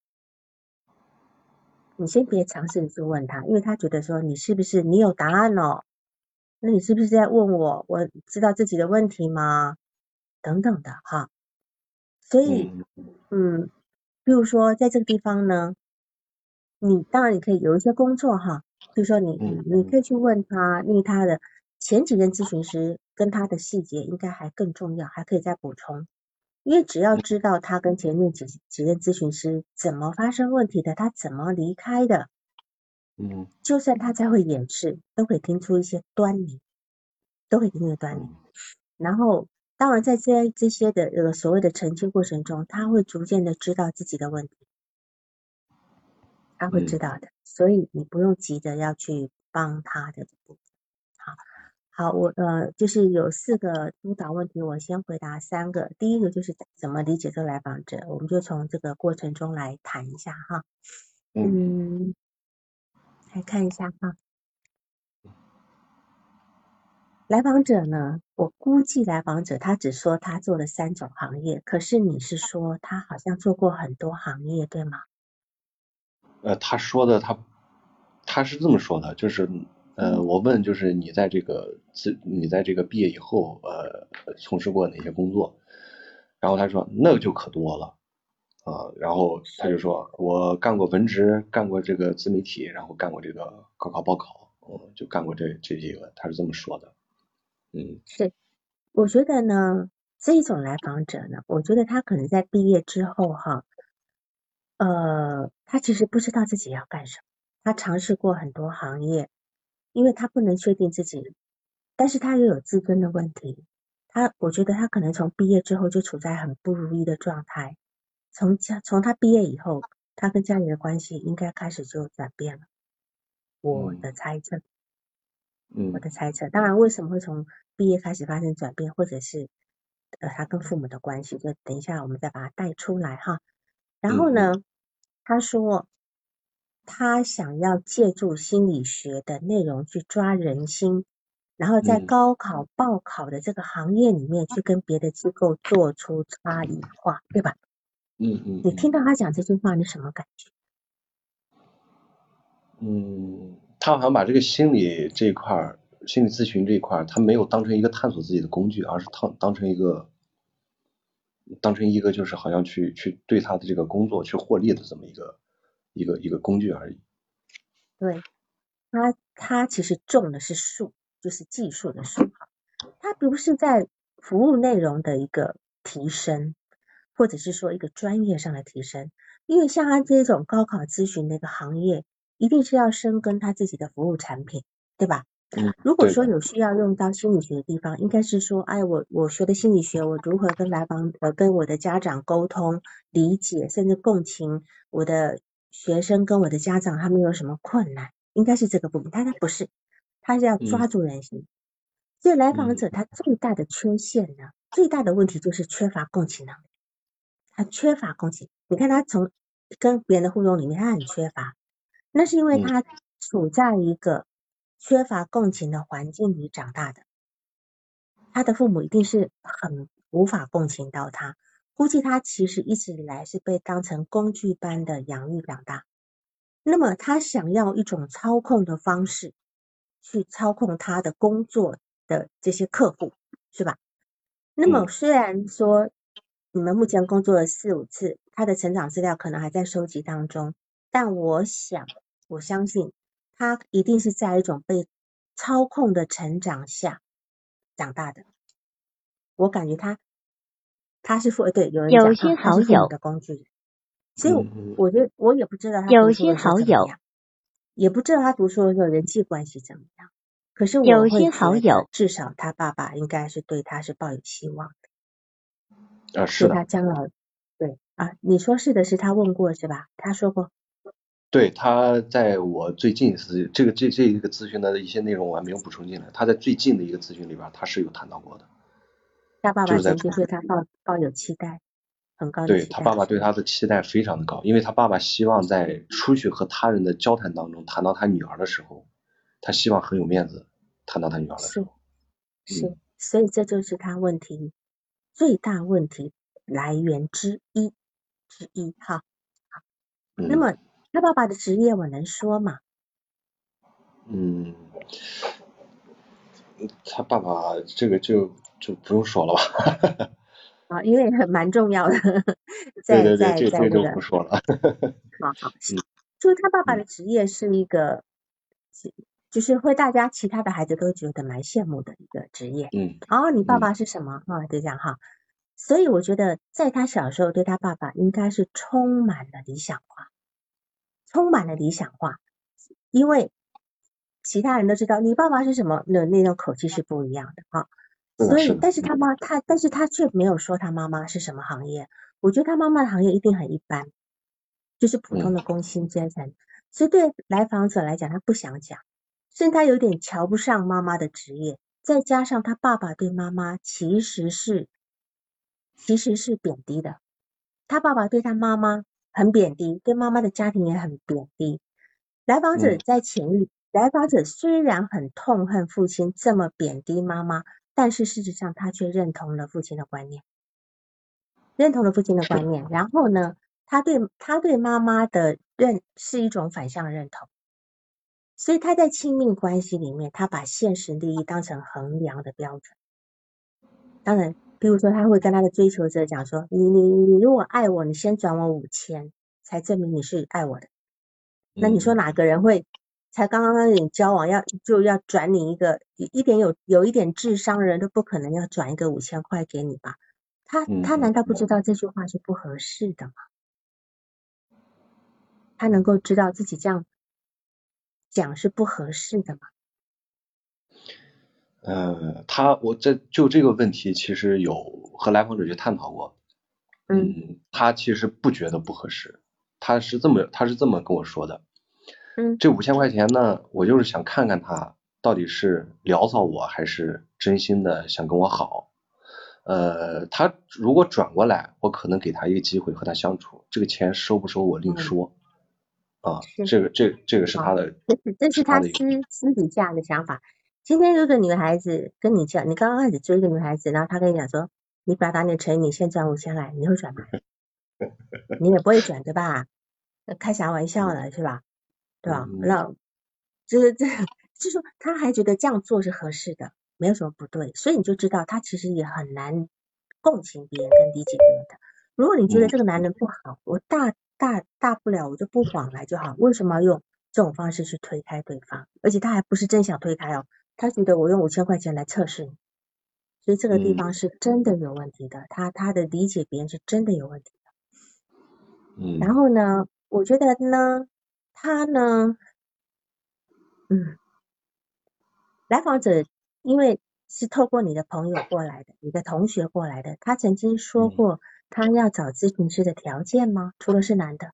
A: 你先别尝试去问他，因为他觉得说你是不是你有答案哦？那你是不是在问我，我知道自己的问题吗？等等的哈。所以，
B: 嗯
A: 嗯，比如说在这个地方呢，你当然你可以有一些工作哈，比如说你你你
B: 嗯
A: 可以去问他，因为他的前几任咨询师跟他的细节应该还更重要，还可以再补充。因为只要知道他跟前面几几任咨询师怎么发生问题的，他怎么离开的，
B: 嗯
A: 就算他再会掩饰，都可以听出一些端倪，都可以听出端倪。
B: 嗯
A: 然后，当然在这这些的呃所谓的澄清过程中，他会逐渐的知道自己的问题，他会知
B: 嗯
A: 道的，所以你不用急着要去帮他的。好，好，我呃就是有四个督导问题，我先回答三个。第一个就是怎么理解这个来访者，我们就从这个过程中来谈一下哈。
B: 嗯
A: 嗯，来看一下哈。来访者呢，我估计来访者他只说他做了三种行业，可是你是说他好像做过很多行业，对吗？
B: 呃，他说的他他是这么说的，就是呃，
A: 嗯，
B: 我问就是你在这个自你在这个毕业以后呃从事过哪些工作，然后他说那个就可多了啊，然后他就
A: 是
B: 说我干过文职，干过这个自媒体，然后干过这个高考报考，嗯，就干过这这几个，他是这么说的，嗯
A: 是，我觉得呢，这一种来访者呢，我觉得他可能在毕业之后哈，呃，他其实不知道自己要干什么，他尝试过很多行业，因为他不能确定自己，但是他又有自尊的问题，他我觉得他可能从毕业之后就处在很不如意的状态，从家从他毕业以后，他跟家里的关系应该开始就转变了，我
B: 嗯
A: 的猜测。我
B: 嗯
A: 的猜测。当然，为什么会从毕业开始发生转变，或者是呃他跟父母的关系，就等一下我们再把它带出来哈。然后
B: 嗯嗯
A: 呢， 他说他想要借助心理学的内容去抓人心，然后在
B: 嗯
A: 高考报考的这个行业里面去跟别的机构做出差异化，对吧？
B: 嗯嗯
A: 你听
B: 嗯
A: 到他讲这句话，你什么感觉？
B: 嗯，他好像把这个心理这一块儿，心理咨询这一块儿，他没有当成一个探索自己的工具，而是当当成一个当成一个就是好像去去对他的这个工作去获利的这么一个一个一个工具而已。
A: 对，他他其实重的是术，就是技术的术，他不是在服务内容的一个提升，或者是说一个专业上的提升。因为像他这种高考咨询的一个行业，一定是要深耕他自己的服务产品，对吧？
B: 嗯，
A: 如果
B: 对的。
A: 说有需要用到心理学的地方，应该是说，哎，我我学的心理学，我如何跟来访呃跟我的家长沟通、理解，甚至共情我的学生跟我的家长他们有什么困难，应该是这个部分。但他不是，他是要
B: 嗯
A: 抓住人心。所以来访
B: 嗯
A: 者他最大的缺陷呢，最大的问题就是缺乏共情能力，他缺乏共情。你看他从跟别人的互动里面，他很缺乏，那是因为
B: 嗯
A: 他处在一个缺乏共情的环境里长大的，他的父母一定是很无法共情到他，估计他其实一直以来是被当成工具般的养育长大。那么他想要一种操控的方式去操控他的工作的这些客户，是吧？那么
B: 嗯
A: 虽然说你们目前工作了四五次，他的成长资料可能还在收集当中，但我想，我相信他一定是在一种被操控的成长下长大的。我感觉他他是父，对，有人
C: 有些
A: 讲哈，他是父母
C: 好友，
A: 的工具人，所以我
B: 嗯嗯
A: 我觉得我也不知道他读
C: 有些
A: 书的时候
C: 好友，
A: 怎么样，也不知道他读书的时候人际关系怎么样，可是我会
C: 有些好
A: 觉得
C: 友，
A: 至少他爸爸应该是对他是抱有希望的，
B: 啊，
A: 所以他
B: 是的。
A: 将来对啊，你说是的，是他问过是吧？他说过，
B: 对，他在我最近一次这个这这一个咨询的一些内容我还没有补充进来，他在最近的一个咨询里边他是有谈到过的，
A: 他爸爸
B: 就是在
A: 曾经对他抱抱有期待，很高的
B: 对
A: 期待，
B: 他爸爸对他的期待非常的高，因为他爸爸希望在出去和他人的交谈当中谈到他女儿的时候，他希望很有面子谈到他女儿的时
A: 是
B: 候。
A: 是，
B: 嗯
A: 所以这就是他问题最大问题来源之一之一哈。那
B: 嗯
A: 么他爸爸的职业我能说吗？
B: 嗯，他爸爸这个就就不用说了吧。
A: 啊，因为很蛮重要的，
B: 对
A: 在
B: 对对，这这就
A: 在在那个，
B: 不说了。
A: 好好，
B: 嗯
A: 就是他爸爸
B: 嗯
A: 的职业是一个，是就是会大家其他的孩子都觉得蛮羡慕的一个职业。
B: 嗯
A: 哦，你爸
B: 嗯
A: 爸是什么？哈，就这样哈。所以我觉得在他小时候对他爸爸应该是充满了理想化，充满了理想化，因为其他人都知道你爸爸是什么，那那种口气是不一样的哈。
B: 是的，
A: 所以，
B: 是的。
A: 但是他妈他，但是他却没有说他妈妈是什么行业。我觉得他妈妈的行业一定很一般，就是普通
B: 嗯
A: 的工薪阶层。所以对来访者来讲，他不想讲，甚至他有点瞧不上妈妈的职业。再加上他爸爸对妈妈其实是其实是贬低的，他爸爸对他妈妈很贬低，对妈妈的家庭也很贬低。来访者
B: 嗯
A: 在潜意，来访者虽然很痛恨父亲这么贬低妈妈，但是事实上他却认同了父亲的观念，认同了父亲的
B: 是的。
A: 观念。然后呢，他对他对妈妈的认是一种反向认同，所以他在亲密关系里面，他把现实利益当成衡量的标准。当然，比如说他会跟他的追求者讲说，你你你如果爱我，你先转我五千，才证明你是爱我的。那你说
B: 嗯
A: 哪个人会才刚刚跟你交往要就要转你一个一点有有一点智商的人都不可能要转一个五千块给你吧？他
B: 嗯嗯
A: 他难道不知道这句话是不合适的吗？他能够知道自己这样讲是不合适的吗？
B: 呃，他我这就这个问题其实有和来访者去探讨过。
A: 嗯
B: 嗯，他其实不觉得不合适，他是这么他是这么跟我说的。
A: 嗯
B: 这五千块钱呢，我就是想看看他到底是聊骚我还是真心的想跟我好。 呃，他如果转过来，我可能给他一个机会和他相处，这个钱收不收我另
A: 嗯，
B: 说啊，
A: 是。
B: 这个这这个是他
A: 好，
B: 的
A: 这是这是他
B: 是他的一个，
A: 私私底下的想法。今天这个女孩子跟你讲，你刚刚开始追一个女孩子，然后她跟你讲说，你表达你的诚意，你先转五千来，你会转吗？你也不会转对吧？那开啥玩笑呢，是吧？对吧？
B: 嗯
A: 那这这就是说，他还觉得这样做是合适的，没有什么不对，所以你就知道他其实也很难共情别人跟理解别人的。如果你觉得
B: 嗯
A: 这个男人不好，我大大大不了我就不往来就好，为什么要用这种方式去推开对方？而且他还不是真想推开哦，他觉得我用五千块钱来测试你，所以这个地
B: 嗯
A: 方是真的有问题的，他他的理解别人是真的有问题的。然
B: 嗯
A: 后呢，我觉得呢，他呢，嗯。来访者因为是透过你的朋友过来的，你的同学过来的，他曾经说
B: 嗯
A: 过他要找咨询师的条件吗？除了是男的，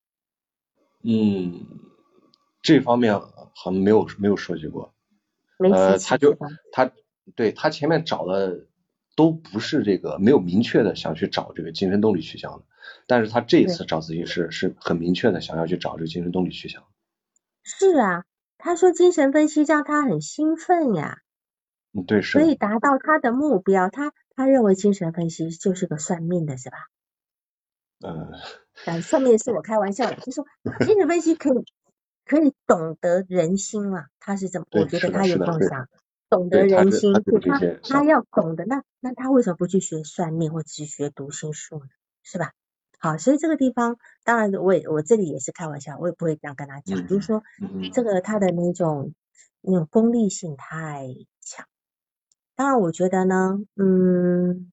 B: 嗯，这方面好像没有没有涉及过。
A: 没提
B: 呃，他就
A: 起是吧？
B: 他对他前面找的都不是这个，没有明确的想去找这个精神动力取向的，但是他这一
A: 对，
B: 次找咨询师是很明确的想要去找这个精神动力取向。
A: 是啊，他说精神分析让他很兴奋呀，
B: 嗯，对，是的，
A: 可以达到他的目标。他他认为精神分析就是个算命的是吧？
B: 嗯、
A: 呃，算命是我开玩笑的，就说精神分析可以可以懂得人心嘛，他是这么，我
B: 对，是的，
A: 觉得他
B: 是的，对，
A: 有这种想，懂得
B: 对，他
A: 人心，
B: 是他是有
A: 所以他
B: 这些想法。
A: 他要懂得，那那他为什么不去学算命或者去学读心术呢？是吧？好，所以这个地方，当然我也我这里也是开玩笑，我也不会这样跟他讲，
B: 嗯
A: 就是说
B: 嗯
A: 这个他的那种那种功利性太强。当然，我觉得呢，嗯，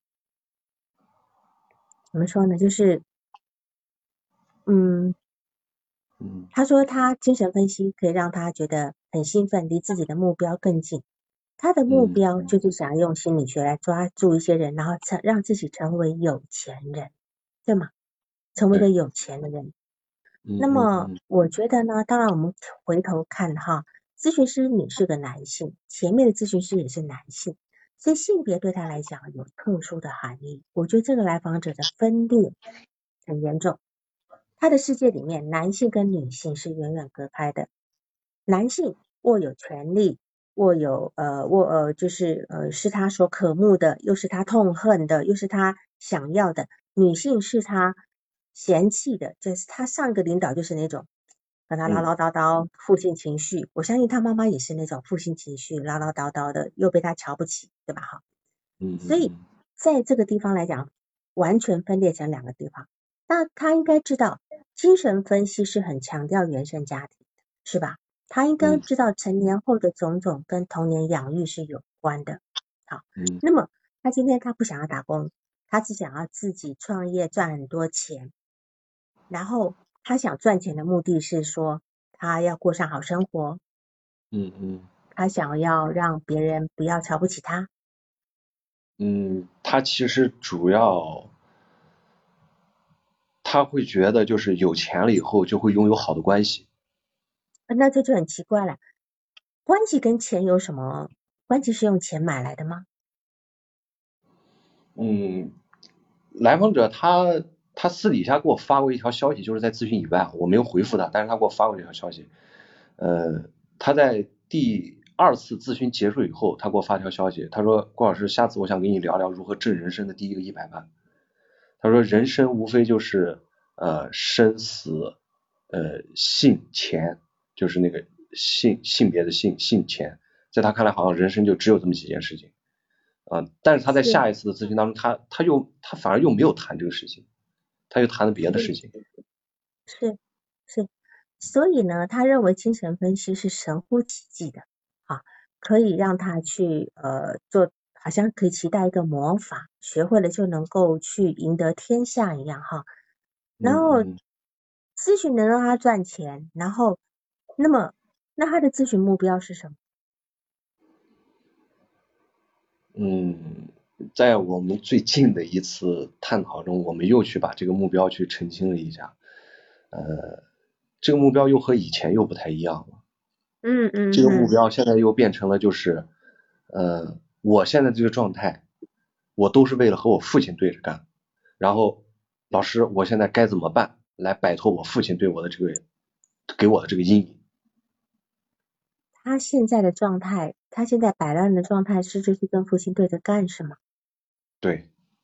A: 怎么说呢，就是嗯。
B: 嗯
A: 他说他精神分析可以让他觉得很兴奋，离自己的目标更近。他的目
B: 嗯
A: 标就是想要用心理学来抓住一些人，然后成让自己成为有钱人，对吗？成为一
B: 对，
A: 个有钱的人。
B: 嗯
A: 那么
B: 嗯嗯
A: 我觉得呢，当然我们回头看哈，咨询师你是个男性，前面的咨询师也是男性，所以性别对他来讲有特殊的含义。我觉得这个来访者的分裂很严重。他的世界里面，男性跟女性是远远隔开的。男性握有权利，握有呃握呃就是呃是他所渴慕的，又是他痛恨的，又是他想要的。女性是他嫌弃的，就是他上一个领导就是那种跟他唠
B: 嗯
A: 唠叨叨、负性情绪。我相信他妈妈也是那种负性情绪、唠唠叨叨的，又被他瞧不起，对吧？哈，所以
B: 嗯嗯嗯
A: 在这个地方来讲，完全分裂成两个地方。那他应该知道，精神分析是很强调原生家庭的，是吧？他应该
B: 嗯
A: 知道成年后的种种跟童年养育是有关的。好，
B: 嗯
A: 那么他今天他不想要打工，他只想要自己创业赚很多钱，然后他想赚钱的目的是说，他要过上好生活，
B: 嗯嗯
A: 他想要让别人不要瞧不起他。
B: 嗯，他其实主要他会觉得就是有钱了以后就会拥有好的关系。
A: 那这就很奇怪了，关系跟钱有什么关系？是用钱买来的吗？
B: 嗯，来访者他他私底下给我发过一条消息，就是在咨询以外，我没有回复他，但是他给我发过这条消息。呃，他在第二次咨询结束以后，他给我发条消息，他说郭老师，下次我想跟你聊聊如何挣人生的第一个一百万。他说人生无非就是呃生死呃性钱，就是那个性性别的性性钱，在他看来好像人生就只有这么几件事情。啊、但是他在
A: 是
B: 下一次的咨询当中，他他又他反而又没有谈这个事情，他又谈了别的事
A: 是
B: 情。
A: 是是，所以呢，他认为精神分析是神乎其技的，啊，可以让他去呃做，好像可以期待一个魔法，学会了就能够去赢得天下一样哈。然后
B: 嗯
A: 咨询能让他赚钱，然后那么那他的咨询目标是什么？
B: 嗯嗯，在我们最近的一次探讨中，我们又去把这个目标去澄清了一下。呃，这个目标又和以前又不太一样了。
A: 嗯嗯
B: 这个目
A: 嗯，
B: 标现在又变成了就是，呃，我现在这个状态， 我都是为了和我父亲对着干。然后老师，我现在该怎么办来摆脱我父亲对我的这个给我的这个阴影？
A: 他现在的状态，他现在摆烂的状态是就是跟父亲对着干是吗？
B: 对，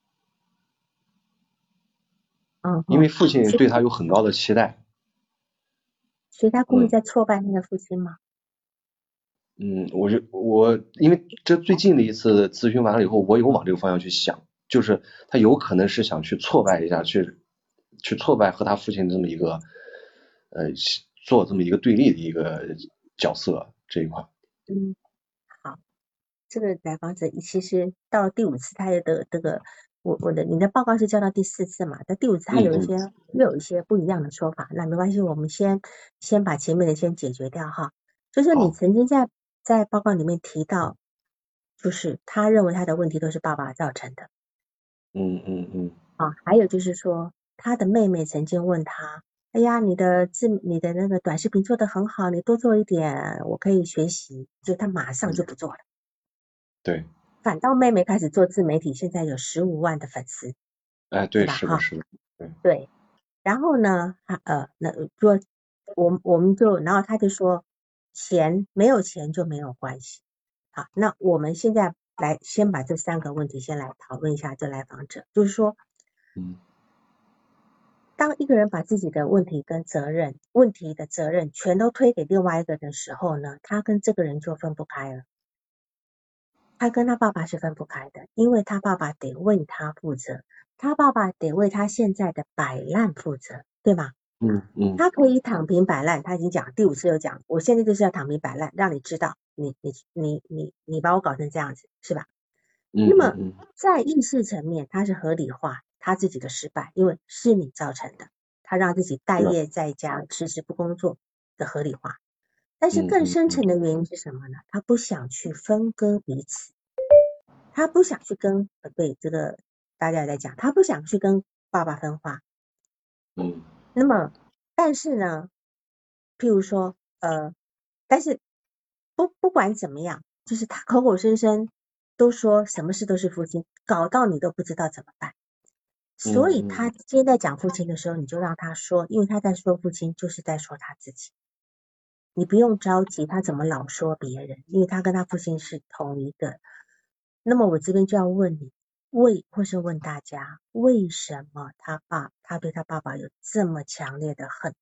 A: 嗯哼，
B: 因为父亲对他有很高的期待。
A: 所以他故意
B: 嗯
A: 在挫败他的父亲吗？
B: 嗯，我就我因为这最近的一次咨询完了以后，我有往这个方向去想，就是他有可能是想去挫败一下，去去挫败和他父亲这么一个呃做这么一个对立的一个角色这一块。
A: 嗯，好，这个来访者其实到了第五次，他的这个我我的你的报告是交到第四次嘛，但第五次他
B: 嗯嗯
A: 有一些又有一些不一样的说法，那没关系，我们先先把前面的先解决掉哈。就是你
B: 好，
A: 曾经在在报告里面提到，就是他认为他的问题都是爸爸造成的。
B: 嗯嗯嗯
A: 啊，还有就是说，他的妹妹曾经问他，哎呀，你的自你的那个短视频做得很好，你多做一点，我可以学习。就他马上就不做了，
B: 对，
A: 反倒妹妹开始做自媒体，现在有十五万的粉丝，
B: 哎对，
A: 是吧？哈，
B: 是的是的，对，
A: 对。然后呢，他呃，那说我我们就，然后他就说，钱没有钱就没有关系。好，那我们现在来先把这三个问题先来讨论一下，这来访者，就是说。
B: 嗯
A: 当一个人把自己的问题跟责任、问题的责任全都推给另外一个人的时候呢，他跟这个人就分不开了。他跟他爸爸是分不开的，因为他爸爸得为他负责，他爸爸得为他现在的摆烂负责，对吗？
B: 嗯嗯
A: 他可以躺平摆烂，他已经讲第五次又讲，我现在就是要躺平摆烂，让你知道，你你你你你把我搞成这样子，是吧？那么
B: 嗯嗯嗯，
A: 在意识层面，他是合理化他自己的失败，因为是你造成的，他让自己待
B: 是的，
A: 业在家，迟迟不工作的合理化。但是
B: 嗯
A: 更深层
B: 嗯嗯
A: 的原因是什么呢？他不想去分割彼此，他不想去跟呃对这个大家也在讲，他不想去跟爸爸分化。
B: 嗯
A: 那么，但是呢，譬如说，呃，但是不不管怎么样，就是他口口声声都说什么事都是父亲，搞到你都不知道怎么办。所以他
B: 嗯嗯
A: 今天在讲父亲的时候，你就让他说，因为他在说父亲，就是在说他自己。你不用着急，他怎么老说别人，因为他跟他父亲是同一个。那么我这边就要问你，为或是问大家，为什么他爸他对他爸爸有这么强烈的恨？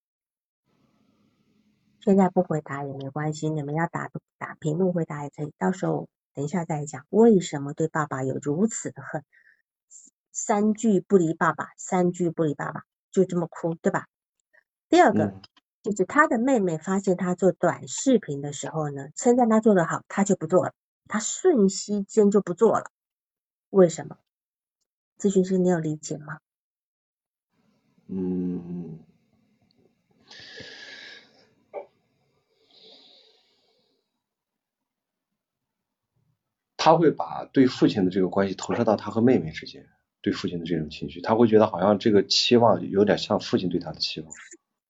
A: 现在不回答也没关系，你们要打打屏幕回答也可以，到时候等一下再讲为什么对爸爸有如此的恨。三句不离爸爸，三句不离爸爸，就这么哭，对吧？第二个
B: 嗯，
A: 就是他的妹妹发现他做短视频的时候呢，称赞他做得好，他就不做了，他瞬息间就不做了。为什么？咨询师，你有理解吗？
B: 嗯，他会把对父亲的这个关系投射到他和妹妹之间，对父亲的这种情绪，他会觉得好像这个期望有点像父亲对他的期望。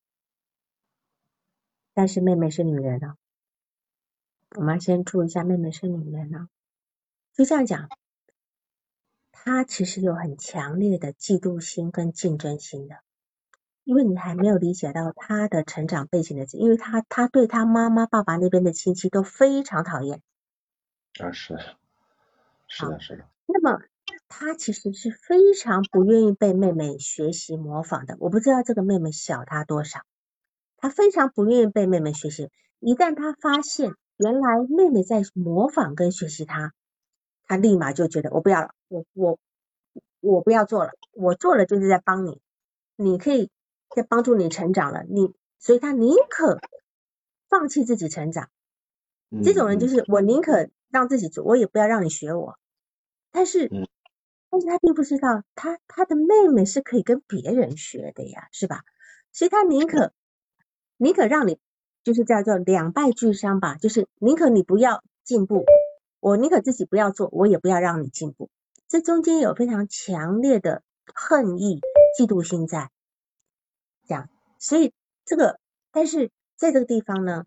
A: 但是妹妹是女人啊，我们要先注意一下，妹妹是女人啊。就这样讲，她其实有很强烈的嫉妒心跟竞争心的。因为你还没有理解到他的成长背景的，因为他他对他妈妈、爸爸那边的亲戚都非常讨厌
B: 啊，是是
A: 啊。
B: 的，是的，
A: 那么他其实是非常不愿意被妹妹学习模仿的。我不知道这个妹妹小他多少，他非常不愿意被妹妹学习。一旦他发现原来妹妹在模仿跟学习他，他立马就觉得我不要了，我我我不要做了，我做了就是在帮你，你可以在帮助你成长了，你所以他宁可放弃自己成长。这种人就
B: 嗯嗯
A: 是我宁可让自己做，我也不要让你学我。但是
B: 嗯
A: 但是他并不知道，他他的妹妹是可以跟别人学的呀，是吧？所以他宁可宁可让你就是叫做两败俱伤吧，就是宁可你不要进步，我宁可自己不要做，我也不要让你进步。这中间有非常强烈的恨意、嫉妒心在，这样，所以这个，但是在这个地方呢，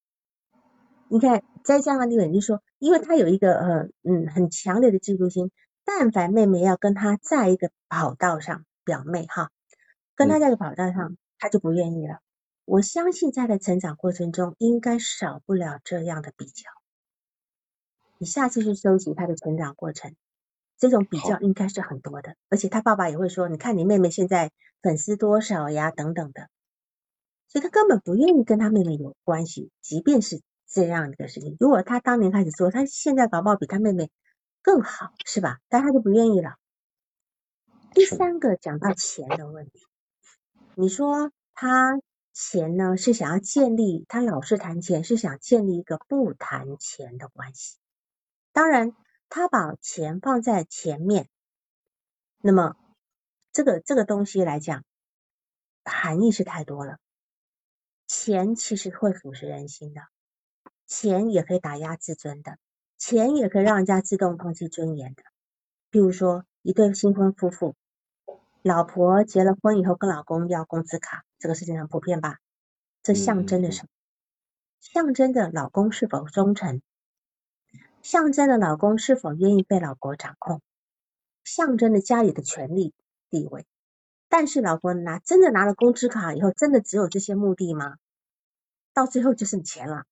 A: 你看在这样的地方，就是说，因为他有一个呃嗯很强烈的嫉妒心， 但凡妹妹要跟他在一个跑道上，表妹哈，跟他在一个跑道上，他就不愿意了。我相信在他的成长过程中，应该少不了这样的比较。你下次去收集他的成长过程，这种比较应该是很多的，而且他爸爸也会说，你看你妹妹现在粉丝多少呀，等等的，所以他根本不愿意跟他妹妹有关系，即便是这样的事情，如果他当年开始做，他现在搞不好比他妹妹更好，是吧？但他就不愿意了。第三个讲到钱的问题，你说他钱呢是想要建立，他老是谈钱是想建立一个不谈钱的关系。当然他把钱放在前面，那么这个这个东西来讲含义是太多了。钱其实会腐蚀人心的，钱也可以打压自尊的，钱也可以让人家自动放弃尊严的。比如说一对新婚夫妇，老婆结了婚以后跟老公要工资卡，这个事情很普遍吧？这象征着什么？象征着老公是否忠诚，象征着老公是否愿意被老婆掌控，象征着家里的权力地位。但是老婆拿真的拿了工资卡以后，真的只有这些目的吗？到最后就是钱了，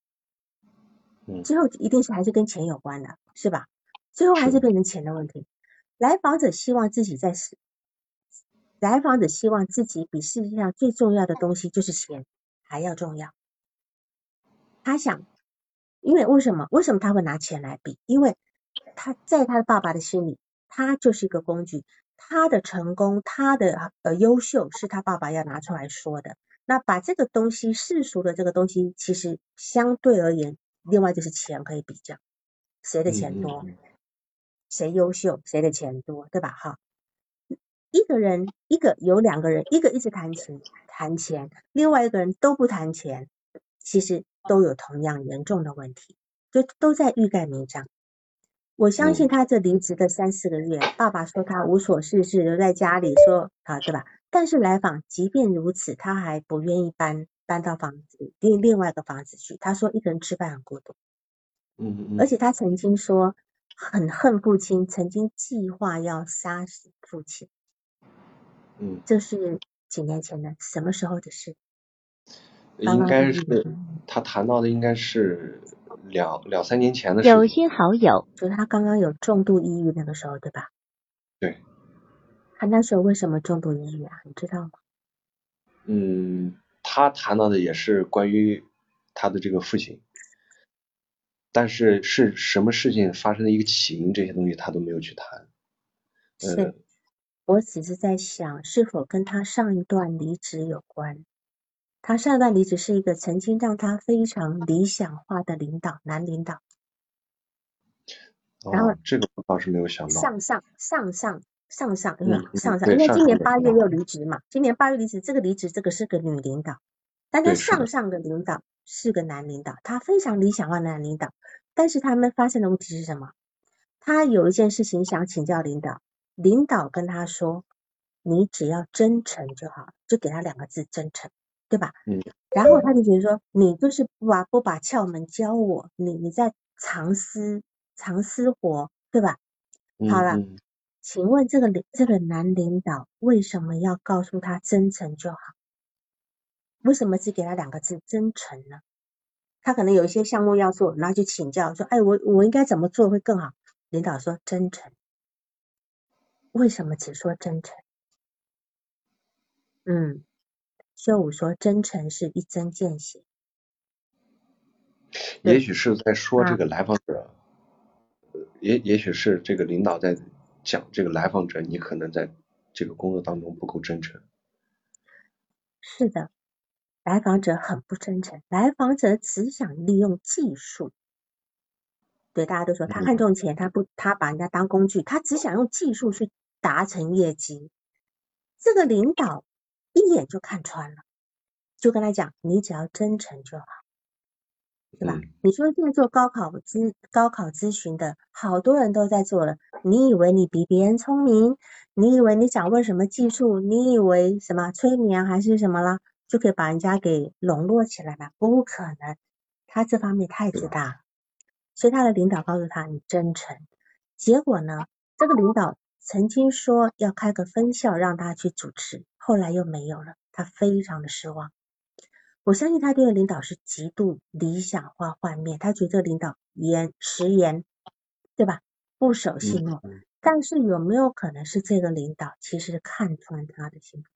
A: 最后一定是还是跟钱有关的，是吧？最后还是变成钱的问题。来访者希望自己在来访者希望自己比世界上最重要的东西就是钱还要重要。他想，因为为什么？为什么他会拿钱来比？因为他在他爸爸的心里，他就是一个工具，他的成功，他的呃优秀是他爸爸要拿出来说的。那把这个东西世俗的这个东西，其实相对而言，另外就是钱可以比较，谁的钱多，嗯嗯谁优秀，谁的钱多，对吧？哈。一个人，一个有两个人，一个一直谈钱谈钱，另外一个人都不谈钱，其实都有同样严重的问题，就都在欲盖弥彰。我相信他这离职的三四个月，爸爸说他无所事事，留在家里说啊，对吧？但是来访，即便如此，他还不愿意搬搬到房子另另外一个房子去。他说一个人吃饭很孤独，
B: 嗯嗯，
A: 而且他曾经说很恨父亲，曾经计划要杀死父亲。
B: 嗯，
A: 这是几年前的，什么时候的事？
B: 应该是他谈到的，应该是两两三年前的事情。
A: 有新好友，就是他刚刚有重度抑郁那个时候，对吧？
B: 对。
A: 他那时候为什么重度抑郁啊？你知道吗？
B: 嗯，他谈到的也是关于他的这个父亲，但是是什么事情发生的一个起因，这些东西他都没有去谈。
A: 是，我只是在想，是否跟他上一段离职有关？他上一段离职是一个曾经让他非常理想化的领导，男领导。然后、
B: 哦、这个我倒是没有想到。
A: 上上上上上上，
B: 嗯
A: 上上，因为今年八月又离职嘛，今年八月离职，这个离职这个是个女领导，但是上上个领导是个男领导，他非常理想化的男领导，但是他们发生的问题是什么？他有一件事情想请教领导，领导跟他说，你只要真诚就好，就给他两个字，真诚，对吧？
B: 嗯。
A: 然后他就觉得说，你就是不把不把窍门教我，你你在藏私藏私活，对吧？好了，
B: 嗯嗯、
A: 请问这个这个男领导为什么要告诉他真诚就好？为什么只给他两个字真诚呢？他可能有一些项目要做，然后就请教说，哎，我我应该怎么做会更好？领导说真诚，为什么只说真诚？嗯，修武说真诚是一针见血。
B: 也许是在说这个来访者，啊、也也许是这个领导在讲这个来访者，你可能在这个工作当中不够真诚。
A: 是的，来访者很不真诚，来访者只想利用技术。对，大家都说他看重钱，他不，他把人家当工具，他只想用技术去达成业绩。这个领导一眼就看穿了，就跟他讲，你只要真诚就好，对吧？嗯、你说现在做高考咨高考咨询的，好多人都在做了。你以为你比别人聪明？你以为你掌握什么技术？你以为什么催眠还是什么啦，就可以把人家给笼络起来吗？不可能，他这方面太自大了。所以他的领导告诉他你真诚，结果呢， 这个领导曾经说要开个分校让他去主持，后来又没有了，他非常的失望。我相信他对领导是极度理想化幻灭，他觉得这个领导言食言，对吧？不守信诺。
B: 嗯
A: 但是有没有可能是这个领导其实看穿他的心？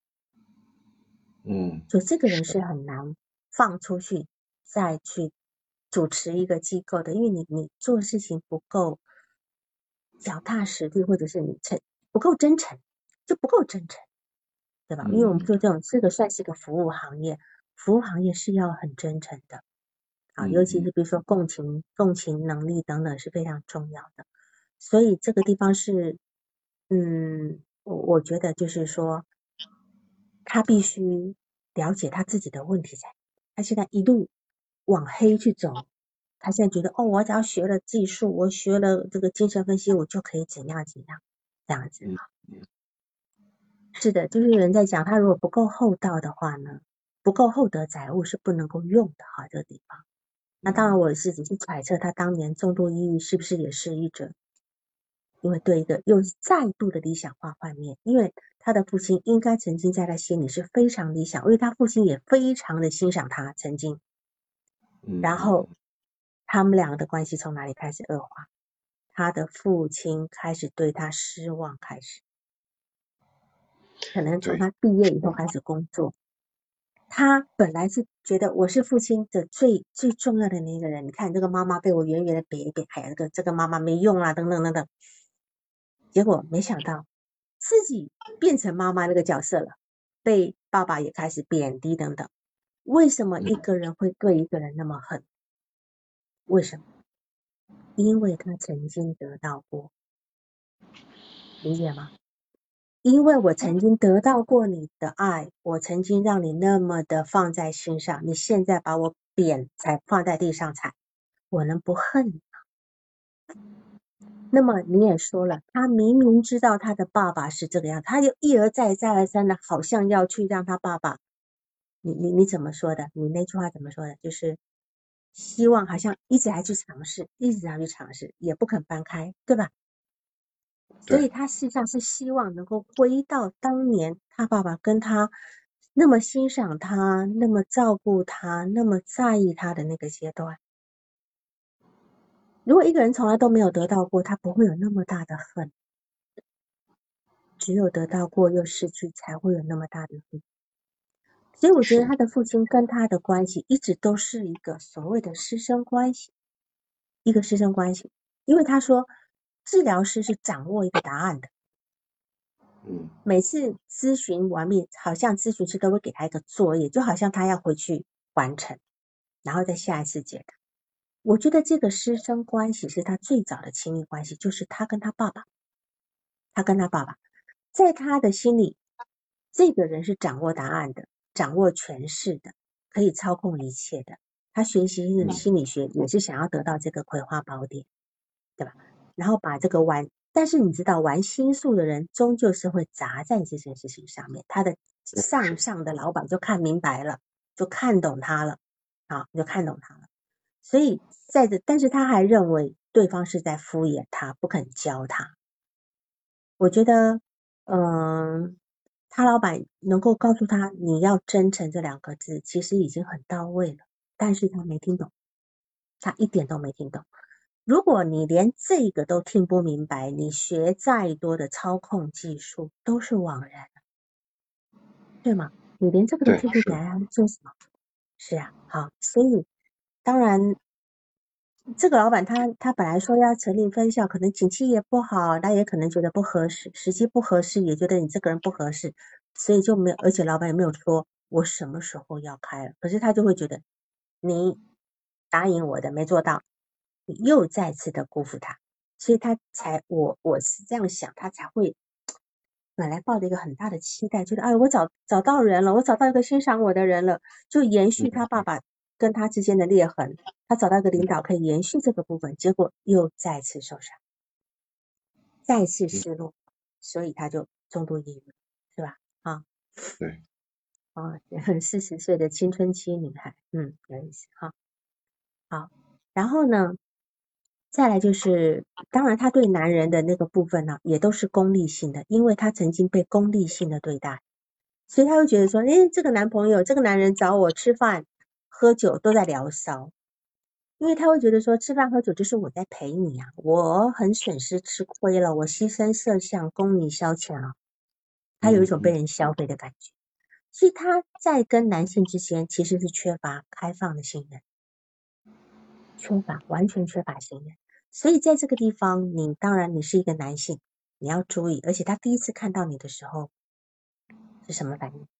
B: 嗯，
A: 就这个人是很难放出去再去主持一个机构的，因为你你做事情不够脚踏实地，或者是你诚不够真诚，就不够真诚，对吧？因为我们
B: 嗯
A: 做这种这个算是一个服务行业，服务行业是要很真诚的啊，尤其是比如说共情、共情能力等等是非常重要的。所以这个地方是，嗯，我我觉得就是说，他必须了解他自己的问题在，他现在一路往黑去走，他现在觉得哦，我只要学了技术，我学了这个精神分析，我就可以怎样怎样这样子。是的，就是有人在讲，他如果不够厚道的话呢，不够厚德载物是不能够用的哈，这个地方。那当然，我是只是揣测他当年重度抑郁是不是也是一者，因为对一个又再度的理想化幻灭，因为他的父亲应该曾经在他心里是非常理想，因为他父亲也非常的欣赏他曾经，然后他们两个的关系从哪里开始恶化？他的父亲开始对他失望，开始可能从他毕业以后开始工作。他本来是觉得我是父亲的最最重要的那个人，你看这个妈妈被我远远的贬一贬，哎呀，这个这个妈妈没用啊，等等等等。结果没想到自己变成妈妈那个角色了，被爸爸也开始贬低等等。为什么一个人会对一个人那么恨？为什么？因为他曾经得到过，理解吗？因为我曾经得到过你的爱，我曾经让你那么的放在心上，你现在把我贬才放在地上踩，我能不恨你吗？那么你也说了，他明明知道他的爸爸是这个样，他就一而再再而三的，好像要去让他爸爸，你你你怎么说的？你那句话怎么说的？就是希望好像一直还去尝试，一直还去尝试，也不肯搬开，对吧？所以他事实上是希望能够回到当年他爸爸跟他那么欣赏他，那么照顾他，那么在意他的那个阶段。如果一个人从来都没有得到过，他不会有那么大的恨。只有得到过又失去，才会有那么大的恨。所以我觉得他的父亲跟他的关系一直都是一个所谓的师生关系，一个师生关系。因为他说治疗师是掌握一个答案的。
B: 嗯，
A: 每次咨询完毕，好像咨询师都会给他一个作业，就好像他要回去完成，然后再下一次解答。我觉得这个师生关系是他最早的亲密关系，就是他跟他爸爸，他跟他爸爸，在他的心里，这个人是掌握答案的，掌握权势的，可以操控一切的。他学习心理学也是想要得到这个葵花宝典，对吧？然后把这个玩，但是你知道玩心术的人终究是会砸在这件事情上面，他的上上的老板就看明白了，就看懂他了，啊，就看懂他了。所以在这，但是他还认为对方是在敷衍他，不肯教他。我觉得，嗯，他老板能够告诉他你要真诚这两个字，其实已经很到位了，但是他没听懂，他一点都没听懂。如果你连这个都听不明白，你学再多的操控技术都是枉然，对吗？你连这个都听不明白，还做什么？是啊，好，所以当然，这个老板他他本来说要成立分校，可能景气也不好，他也可能觉得不合适，时机不合适，也觉得你这个人不合适，所以就没有，而且老板也没有说我什么时候要开了，可是他就会觉得你答应我的没做到，你又再次的辜负他，所以他才我我是这样想，他才会本来抱着一个很大的期待，觉得哎我找找到人了，我找到一个欣赏我的人了，就延续他爸爸跟他之间的裂痕。他找到一个领导可以延续这个部分，结果又再次受伤，再次失落，所以他就重度抑郁，是吧？啊，
B: 对，
A: 啊，四十岁的青春期女孩，嗯，有意思哈。好，然后呢， 再来就是，当然他对男人的那个部分呢，也都是功利性的，因为他曾经被功利性的对待，所以他会觉得说，诶，这个男朋友，这个男人找我吃饭、喝酒都在聊骚，因为他会觉得说，吃饭喝酒就是我在陪你啊，我很损失吃亏了，我牺牲色相供你消遣啊，他有一种被
B: 嗯嗯
A: 人消费的感觉，所以他在跟男性之间其实是缺乏开放的信任。缺乏，完全缺乏信任。所以在这个地方，你当然你是一个男性，你要注意。而且他第一次看到你的时候是什么反应？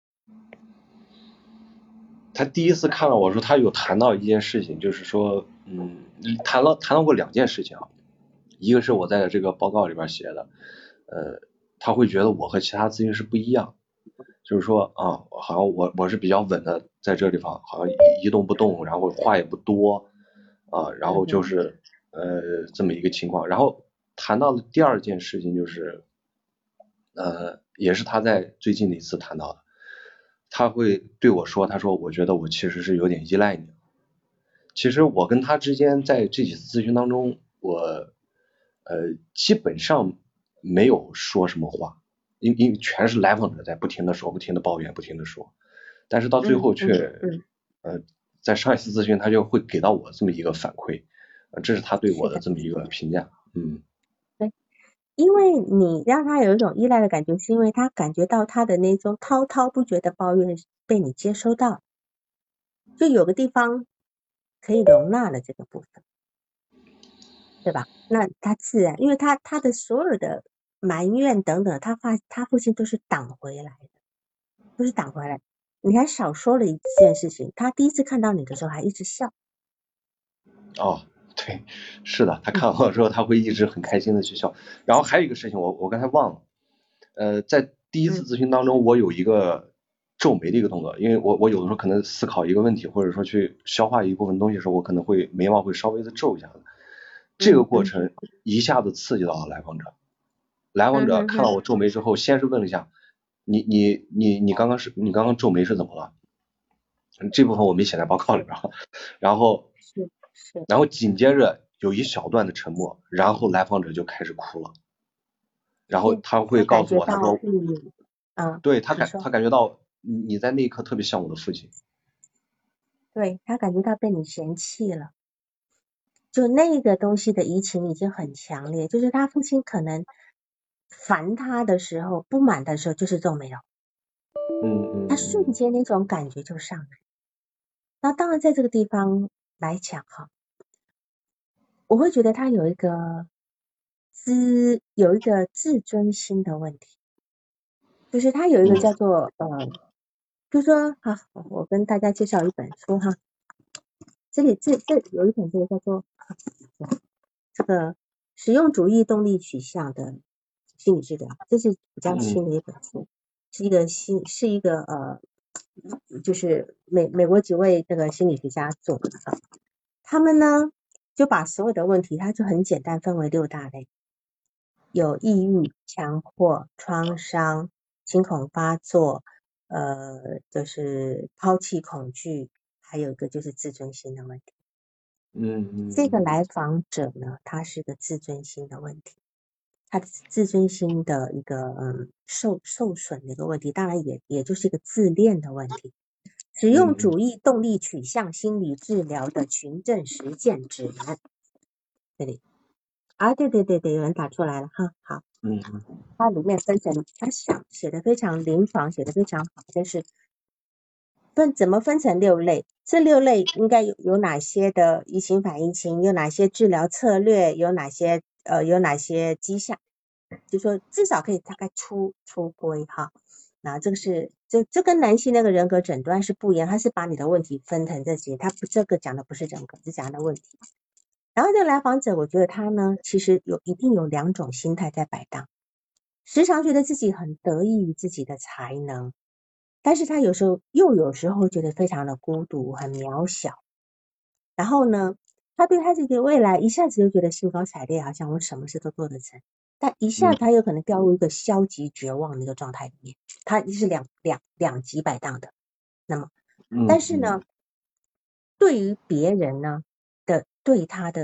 B: 他第一次看到我说，他有谈到一件事情，就是说，嗯，谈了谈到过两件事情啊，一个是我在这个报告里边写的，呃，他会觉得我和其他咨询师不一样，就是说啊，好像我我是比较稳的，在这个地方好像一动不动，然后话也不多啊，然后就
A: 嗯哼，
B: 是呃这么一个情况。然后谈到的第二件事情就是，呃，也是他在最近的一次谈到的，他会对我说，他说我觉得我其实是有点依赖你。其实我跟他之间在这几次咨询当中，我呃基本上没有说什么话，因因为全是来访者在不停的说，不停的抱怨，不停的说，但是到最后
A: 嗯嗯
B: 却
A: 嗯，
B: 呃在上一次咨询他就会给到我这么一个反馈，呃这是他对我
A: 是的，
B: 的这么一个评价，嗯
A: 对，因为你让他有一种依赖的感觉，是因为他感觉到他的那种滔滔不绝的抱怨被你接收到，就有个地方可以容纳了这个部分，对吧？那他自然，因为他他的所有的埋怨等等，他发他父亲都是挡回来的。不是挡回来，你还少说了一件事情，他第一次看到你的时候还一直笑。
B: 哦对，是的，他
A: 嗯
B: 看到之后他会一直很开心的去笑，然后还有一个事情我我刚才忘了。呃，在第一次
A: 嗯
B: 咨询当中，我有一个皱眉的一个动作，因为我我有的时候可能思考一个问题，或者说去消化一部分东西的时候，我可能会眉毛会稍微的皱一下子。这个
A: 嗯嗯
B: 过程一下子刺激到了来访者，来访
A: 嗯哼哼，
B: 者看到我皱眉之后，先是问了一下，你你你你刚刚是你刚刚皱眉是怎么了？这部分我没写在报告里边，然后
A: 是是，
B: 然后紧接着有一小段的沉默，然后来访者就开始哭了，然后
A: 是
B: 他会
A: 他感
B: 告诉我，他
A: 觉到
B: 说
A: 被你，嗯，
B: 对他感
A: 你说，
B: 他感觉到你你在那一刻特别像我的父亲。
A: 对他感觉到被你嫌弃了，就那个东西的移情已经很强烈，就是他父亲可能烦他的时候、不满的时候，就是皱眉头，
B: 嗯
A: 他
B: 嗯嗯
A: 瞬间那种感觉就上来。那当然在这个地方来讲哈，我会觉得他有一个自有一个自尊心的问题，就是他有一个叫
B: 嗯
A: 做呃，就说好，我跟大家介绍一本书哈，这里这这有一本这个叫做这个实用主义动力取向的心理治疗，这是比较新
B: 嗯
A: 的一本书，是一个新是一个呃，就是美美国几位那个心理学家做的啊，他们呢就把所有的问题，他就很简单分为六大类。有抑郁、强迫、创伤、惊恐发作，呃，就是抛弃恐惧，还有一个就是自尊心的问题。
B: 嗯
A: 这个
B: 嗯
A: 来访者呢，他是个自尊心的问题，他的自尊心的一个嗯受受损的一个问题，当然也也就是一个自恋的问题。实用
B: 嗯
A: 主义动力取向心理治疗的群症实践指南，这里啊，对对对对，有人打出来了哈，好。
B: 嗯嗯
A: 它里面分成，它想写的非常临床，写的非常好，就是分怎么分成六类，这六类应该有有哪些的移情反移情，有哪些治疗策略，有哪些呃有哪些迹象，就说至少可以大概出出规哈。那这个是这这跟男性那个人格诊断是不一样，他是把你的问题分成这些，他不这个讲的不是人格，是讲的问题。然后这个来访者，我觉得他呢，其实有一定有两种心态在摆荡。时常觉得自己很得益于自己的才能，但是他有时候又有时候觉得非常的孤独，很渺小。然后呢，他对他自己的未来一下子就觉得兴高采烈，好像我什么事都做得成，但一下子他有可能掉入一个消极绝望的一个状态里面，他是两两两极摆荡的。那么，但
B: 嗯嗯
A: 是呢，对于别人呢的对他的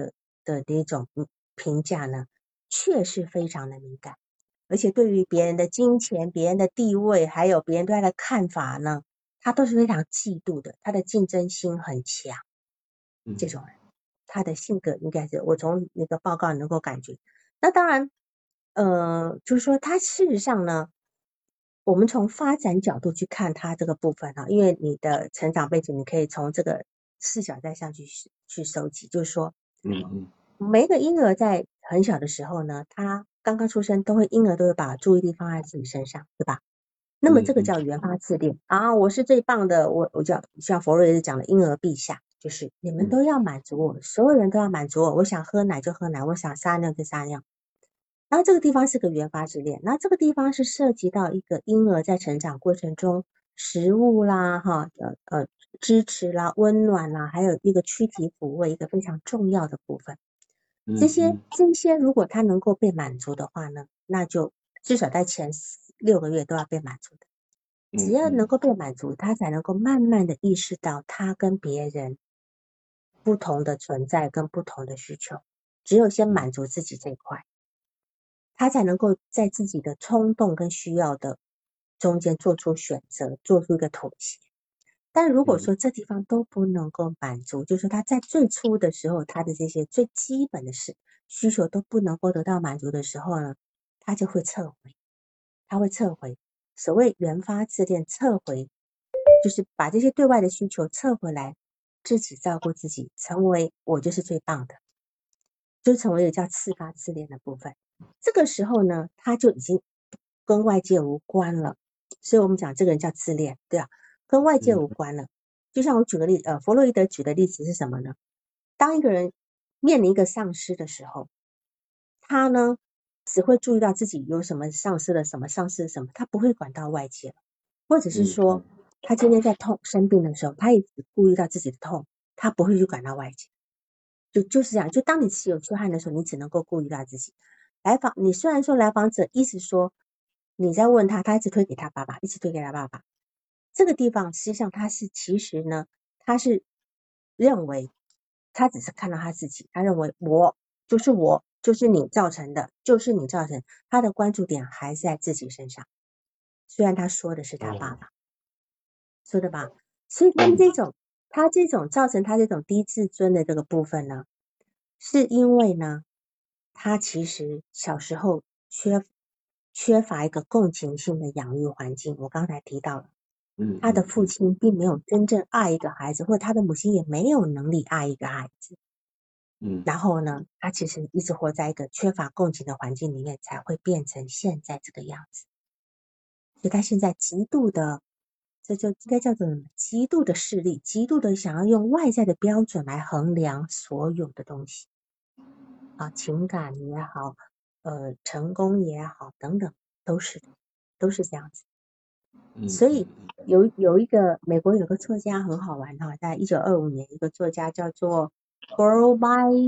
A: 的那种评价呢，确实非常的敏感，而且对于别人的金钱、别人的地位，还有别人对他的看法呢，他都是非常嫉妒的，他的竞争心很强。这种人，他的性格应该是我从那个报告能够感觉。那当然，呃，就是说他事实上呢，我们从发展角度去看他这个部分啊，因为你的成长背景，你可以从这个视角再上去去收集，就是说，
B: 嗯嗯，
A: 每一个婴儿在很小的时候呢，他刚刚出生都会婴儿都会把注意力放在自己身上，对吧？那么这个叫原发自恋啊，我是最棒的，我我叫像弗洛伊德讲的婴儿陛下，就是你们都要满足我，所有人都要满足我，我想喝奶就喝奶，我想撒尿就撒尿。然后这个地方是个原发自恋，那这个地方是涉及到一个婴儿在成长过程中食物啦，哈，呃呃支持啦、温暖啦，还有一个躯体抚慰，一个非常重要的部分。这些这些如果他能够被满足的话呢，那就至少在前六个月都要被满足的。只要能够被满足，他才能够慢慢的意识到他跟别人不同的存在跟不同的需求。只有先满足自己这一块，他才能够在自己的冲动跟需要的中间做出选择，做出一个妥协。但如果说这地方都不能够满足，就是说他在最初的时候，他的这些最基本的事需求都不能够得到满足的时候呢，他就会撤回，他会撤回。所谓原发自恋，撤回就是把这些对外的需求撤回来，自己照顾自己，成为我就是最棒的，就成为一个叫次发自恋的部分。这个时候呢，他就已经跟外界无关了，所以我们讲这个人叫自恋，对啊，跟外界无关了。就像我举个例子，呃，弗洛伊德举的例子是什么呢？当一个人面临一个丧失的时候，他呢只会注意到自己有什么丧失了什么，丧失了什么，他不会管到外界了。或者是说，他今天在痛生病的时候，他也只顾虑到自己的痛，他不会去管到外界。就就是这样，就当你自己有缺憾的时候，你只能够顾虑到自己。来访，你虽然说来访者一直说你在问他，他一直推给他爸爸，一直推给他爸爸。这个地方实际上他是其实呢，他是认为他只是看到他自己，他认为我就是我，就是你造成的，就是你造成，他的关注点还是在自己身上。虽然他说的是他爸爸，说的吧，所以他们这种，他这种造成他这种低自尊的这个部分呢，是因为呢，他其实小时候缺缺乏一个共情性的养育环境。我刚才提到了，他的父亲并没有真正爱一个孩子，或者他的母亲也没有能力爱一个孩子。嗯，然后呢，他其实一直活在一个缺乏共情的环境里面，才会变成现在这个样子。所以他现在极度的，这就应该叫做什么？极度的势利，极度的想要用外在的标准来衡量所有的东西，啊，情感也好，呃，成功也好，等等，都是都是这样子。所以有有一个美国有个作家很好玩哈，在一九二五年，一个作家叫做 Grow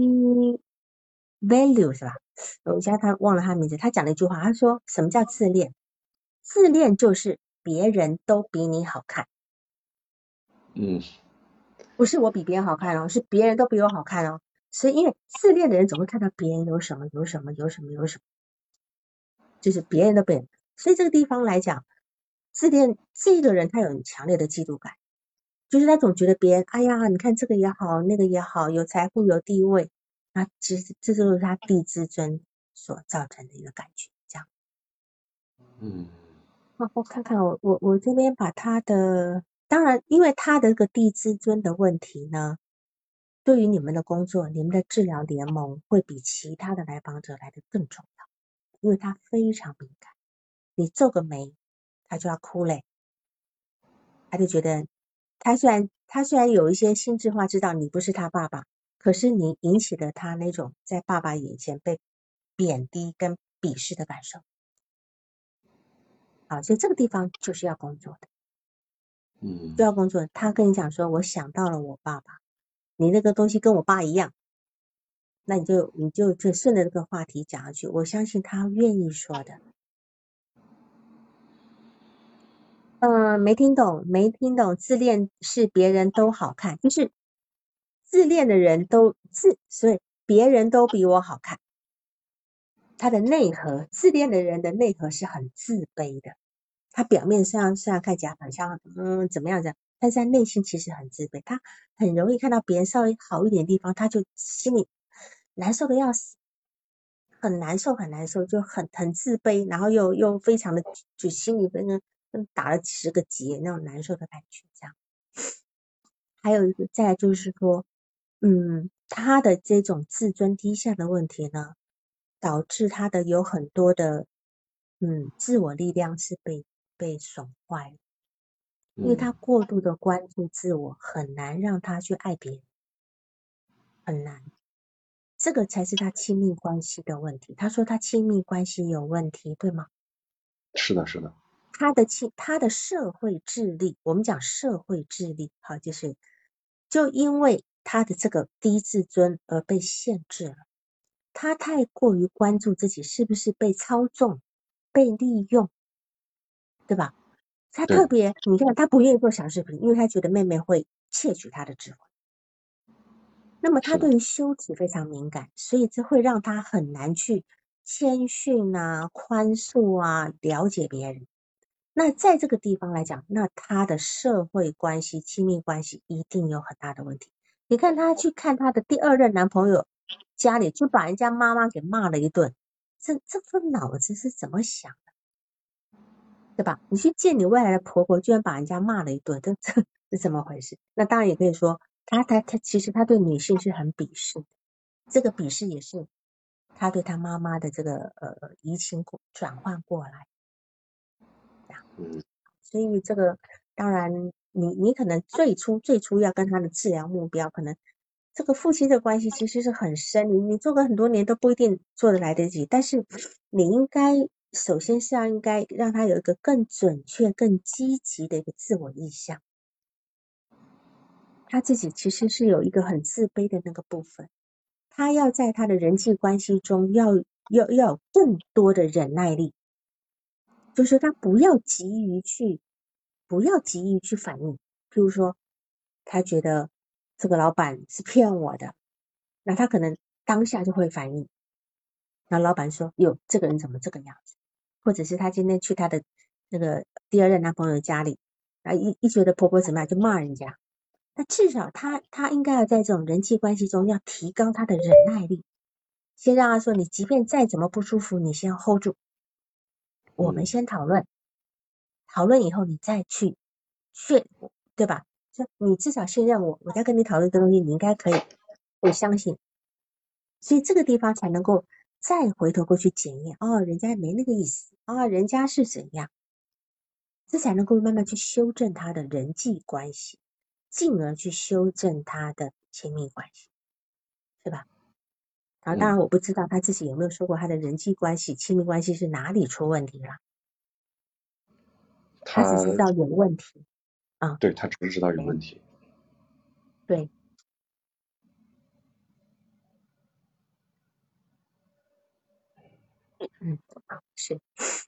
A: by Value 是吧？我现在他忘了他名字，他讲了一句话，他说什么叫自恋？自恋就是别人都比你好看。嗯，不是我比别人好看哦，是别人都比我好看哦。所以因为自恋的人总会看到别人有什么有什么有什么有什么，就是别人的别人。所以这个地方来讲，自恋这个人他有很强烈的嫉妒感，就是他总觉得别人，哎呀，你看这个也好，那个也好，有财富有地位，那其实这就是他低自尊所造成的一个感觉，这样。嗯。好，我看看我我我这边把他的，当然因为他的这个低自尊的问题呢，对于你们的工作，你们的治疗联盟会比其他的来访者来的更重要，因为他非常敏感，你皱个眉，他就要哭嘞，他就觉得他虽然他虽然有一些心智化知道你不是他爸爸，可是你引起了他那种在爸爸眼前被贬低跟鄙视的感受。好，所以这个地方就是要工作的，嗯，就要工作。他跟你讲说，我想到了我爸爸，你那个东西跟我爸一样，那你就你就就顺着这个话题讲下去，我相信他愿意说的。嗯、呃，没听懂，没听懂。自恋是别人都好看，就是自恋的人都自，所以别人都比我好看。他的内核，自恋的人的内核是很自卑的。他表面上虽然看起来很像嗯怎么样的，但是他内心其实很自卑。他很容易看到别人稍微好一点的地方，他就心里难受的要死，很难受很难受，就很很自卑，然后又又非常的就心里跟跟打了几十个结那种难受的感觉这样。还有一个再来就是说，嗯，他的这种自尊低下的问题呢，导致他的有很多的嗯自我力量是被被损坏了，因为他过度的关注自我，很难让他去爱别人，很难。这个才是他亲密关系的问题。他说他亲密关系有问题，对吗？
B: 是的，是的。
A: 他的亲，他的社会智力，我们讲社会智力，好，就是就因为他的这个低自尊而被限制了。他太过于关注自己是不是被操纵、被利用，对吧？他特别，你看他不愿意做小视频，因为他觉得妹妹会窃取他的智慧。那么他对于羞耻非常敏感，所以这会让他很难去谦逊啊、宽恕啊、了解别人。那在这个地方来讲，那他的社会关系、亲密关系一定有很大的问题。你看他去看他的第二任男朋友家里，就把人家妈妈给骂了一顿，这这份脑子是怎么想的，对吧？你去见你未来的婆婆，居然把人家骂了一顿，这这是怎么回事？那当然也可以说，他他他其实他对女性是很鄙视的，这个鄙视也是他对他妈妈的这个呃移情转换过来。
B: 嗯，
A: 所以这个当然你你可能最初最初要跟他的治疗目标，可能这个夫妻的关系其实是很深，你你做个很多年都不一定做得来得及，但是你应该首先是要应该让他有一个更准确、更积极的一个自我意向。他自己其实是有一个很自卑的那个部分，他要在他的人际关系中要要要有更多的忍耐力，就是他不要急于去不要急于去反应。譬如说他觉得这个老板是骗我的，那他可能当下就会反应，那老板说哟这个人怎么这个样子，或者是他今天去他的那个第二任男朋友家里，然后一一觉得婆婆怎么样就骂人家，那至少他他应该要在这种人际关系中要提高他的忍耐力，先让他说你即便再怎么不舒服，你先 hold 住，我们先讨论，讨论以后你再去确，对吧？就你至少信任我，我在跟你讨论这东西，你应该可以，我相信。所以这个地方才能够再回头过去检验，哦，人家没那个意思，哦，人家是怎样，这才能够慢慢去修正他的人际关系，进而去修正他的亲密关系，是吧？然后当然我不知道他自己有没有说过他的人际关系、亲密关系是哪里出问题了，他只知道有问题啊，
B: 对，他只知道有问题。
A: 对。嗯，好，是，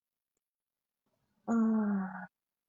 A: 啊，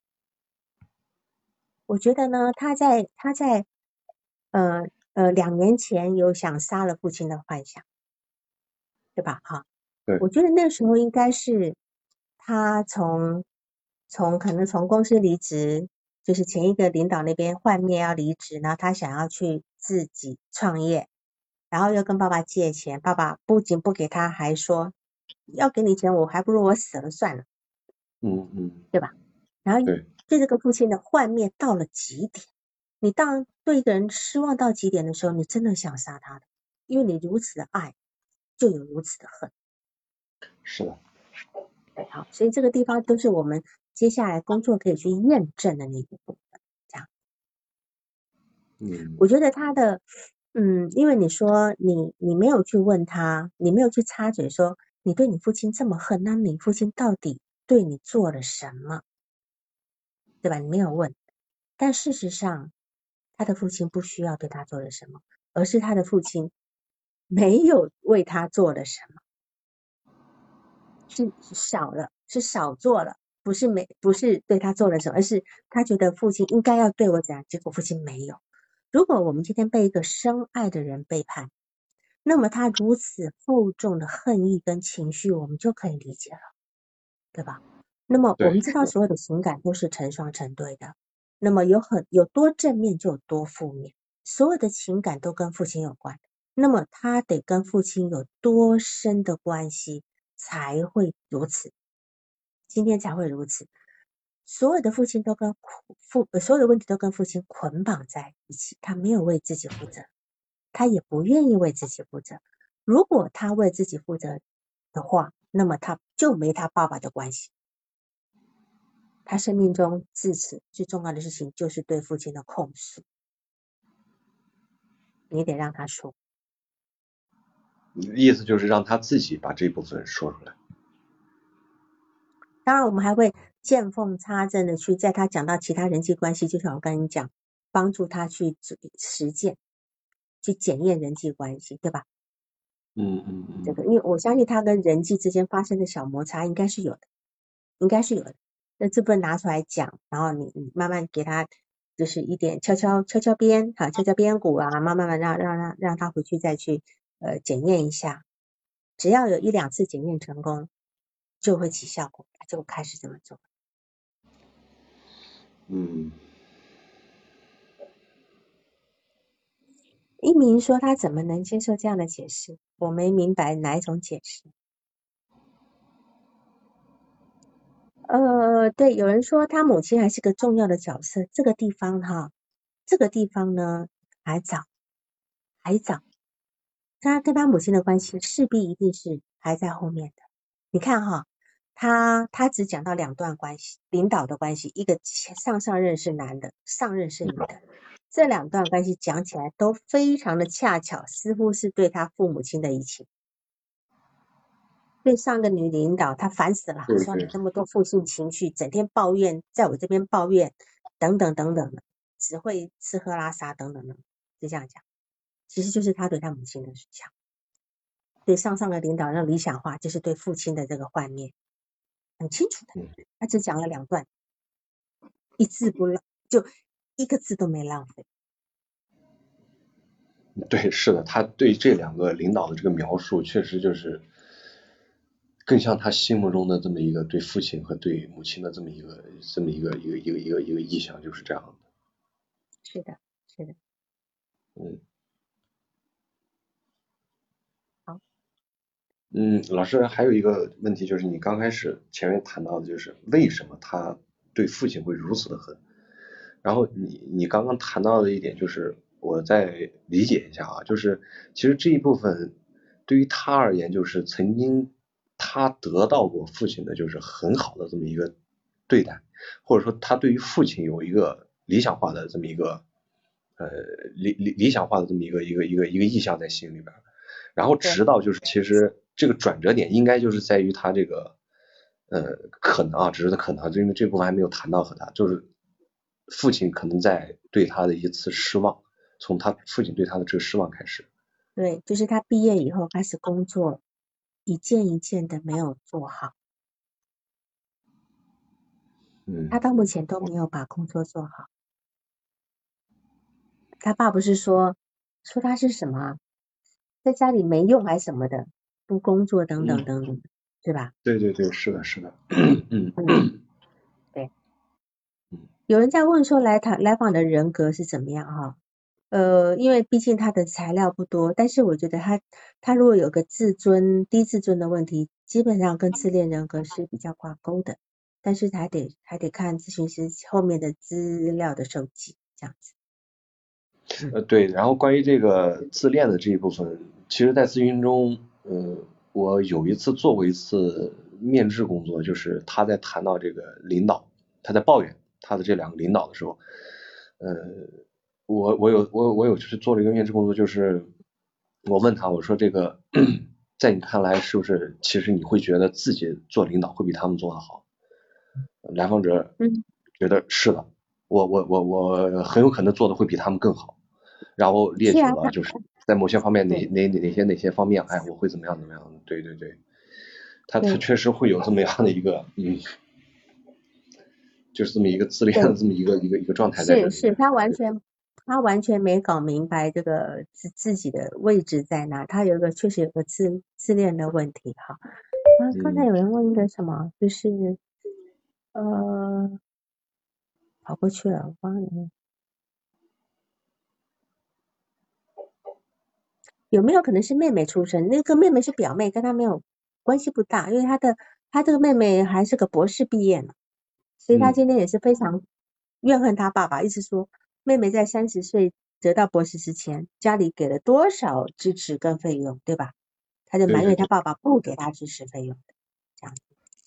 A: 我觉得呢，他在他在呃呃两年前有想杀了父亲的幻想，对吧？哈，
B: 对，
A: 我觉得那时候应该是他从从可能从公司离职，就是前一个领导那边换面要离职，然后他想要去自己创业，然后又跟爸爸借钱，爸爸不仅不给他，还说要给你钱，我还不如我死了算了，
B: 嗯嗯，
A: 对吧？然后
B: 对
A: 对这个父亲的幻灭到了极点，你当对一个人失望到极点的时候，你真的想杀他的，因为你如此的爱，就有如此的恨。
B: 是的。
A: 对，好，所以这个地方都是我们接下来工作可以去验证的那一部分。这样，
B: 嗯，
A: 我觉得他的，嗯，因为你说你你没有去问他，你没有去插嘴说你对你父亲这么恨，那你父亲到底对你做了什么，对吧？你没有问，但事实上，他的父亲不需要对他做了什么，而是他的父亲没有为他做了什么，是少了，是少做了，不是没不是对他做了什么，而是他觉得父亲应该要对我怎样，结果父亲没有。如果我们今天被一个深爱的人背叛， 那么他如此厚重的恨意跟情绪，我们就可以理解了，对吧？那么我们知道所有的情感都是成双成对的，那么有很有多正面就有多负面，所有的情感都跟父亲有关，那么他得跟父亲有多深的关系才会如此，今天才会如此。所有的父亲都跟父，所有的问题都跟父亲捆绑在一起，他没有为自己负责，他也不愿意为自己负责。如果他为自己负责的话，那么他就没他爸爸的关系。他生命中自此最重要的事情就是对父亲的控诉，你得让他说。
B: 意思就是让他自己把这部分说出来。
A: 当然我们还会见缝插针的去在他讲到其他人际关系，就像我跟你讲，帮助他去实践，去检验人际关系，对吧？
B: 嗯嗯嗯。
A: 这个，因为我相信他跟人际之间发生的小摩擦应该是有的，应该是有的。那这部分拿出来讲，然后你你慢慢给他就是一点敲敲敲敲边，好敲敲边鼓啊，慢慢慢让让让让他回去再去呃检验一下，只要有一两次检验成功，就会起效果，他就开始这么做。
B: 嗯。
A: 一鸣说他怎么能接受这样的解释？我没明白哪一种解释。呃，对，有人说他母亲还是个重要的角色，这个地方哈，这个地方呢还早，还早，他跟他母亲的关系势必一定是还在后面的。你看哈，他他只讲到两段关系，领导的关系，一个上上任是男的，上任是女的，这两段关系讲起来都非常的恰巧，似乎是对他父母亲的移情。对上个女领导，她烦死了，说你那么多负性情绪，整天抱怨，在我这边抱怨，等等等等的，只会吃喝拉撒等等的，就这样讲，其实就是他对他母亲的想，对上上个领导那理想化，就是对父亲的这个幻灭，很清楚的，他只讲了两段，一字不浪，就一个字都没浪费。
B: 对，是的，他对这两个领导的这个描述，确实就是更像他心目中的这么一个对父亲和对母亲的这么一个这么一个一个一个一个一个意象，就是这样的。
A: 是的，是的。
B: 嗯。
A: 好。
B: 嗯，老师还有一个问题，就是你刚开始前面谈到的，就是为什么他对父亲会如此的恨？然后你你刚刚谈到的一点，就是我再理解一下啊，就是其实这一部分对于他而言，就是曾经他得到过父亲的就是很好的这么一个对待，或者说他对于父亲有一个理想化的这么一个呃理理理想化的这么一个一个一个一个意向在心里边，然后直到就是其实这个转折点应该就是在于他这个呃可能啊，只是可能，因为这部分还没有谈到和他，就是父亲可能在对他的一次失望，从他父亲对他的这个失望开始。
A: 对，就是他毕业以后开始工作，一件一件的没有做好。
B: 嗯。
A: 他到目前都没有把工作做好。他爸不是说说他是什么，在家里没用还是什么的，不工作等等等等，对吧？
B: 对对对，是的，是的。嗯。
A: 对。有人在问说来谈来访的人格是怎么样哈？呃，因为毕竟他的材料不多，但是我觉得他他如果有个自尊低自尊的问题，基本上跟自恋人格是比较挂钩的，但是还得还得看咨询师后面的资料的收集，这样子。
B: 呃，对，然后关于这个自恋的这一部分，其实，在咨询中，呃，我有一次做过一次面质工作，就是他在谈到这个领导，他在抱怨他的这两个领导的时候，呃，我我有我我有去做了一个面质工作，就是我问他，我说这个在你看来是不是，其实你会觉得自己做领导会比他们做得好？来访者觉得是的，我我我我很有可能做的会比他们更好。然后列举了就是在某些方面哪哪哪些哪些方面，哎，我会怎么样怎么样？对对对，他他确实会有这么样的一个嗯，就是这么一个自恋的这么一个一个一个状态在这里。
A: 是是，他完全他完全没搞明白这个自自己的位置在哪，他有一个确实有个自自恋的问题哈。啊，刚才有人问一个什么，就是呃跑过去了，忘了有没有可能是妹妹出生？那个妹妹是表妹，跟他没有关系不大，因为他的他这个妹妹还是个博士毕业呢，所以他今天也是非常怨恨他爸爸，一直说妹妹在三十岁得到博士之前，家里给了多少支持跟费用，对吧？他就埋怨他爸爸不给他支持费用，这样子。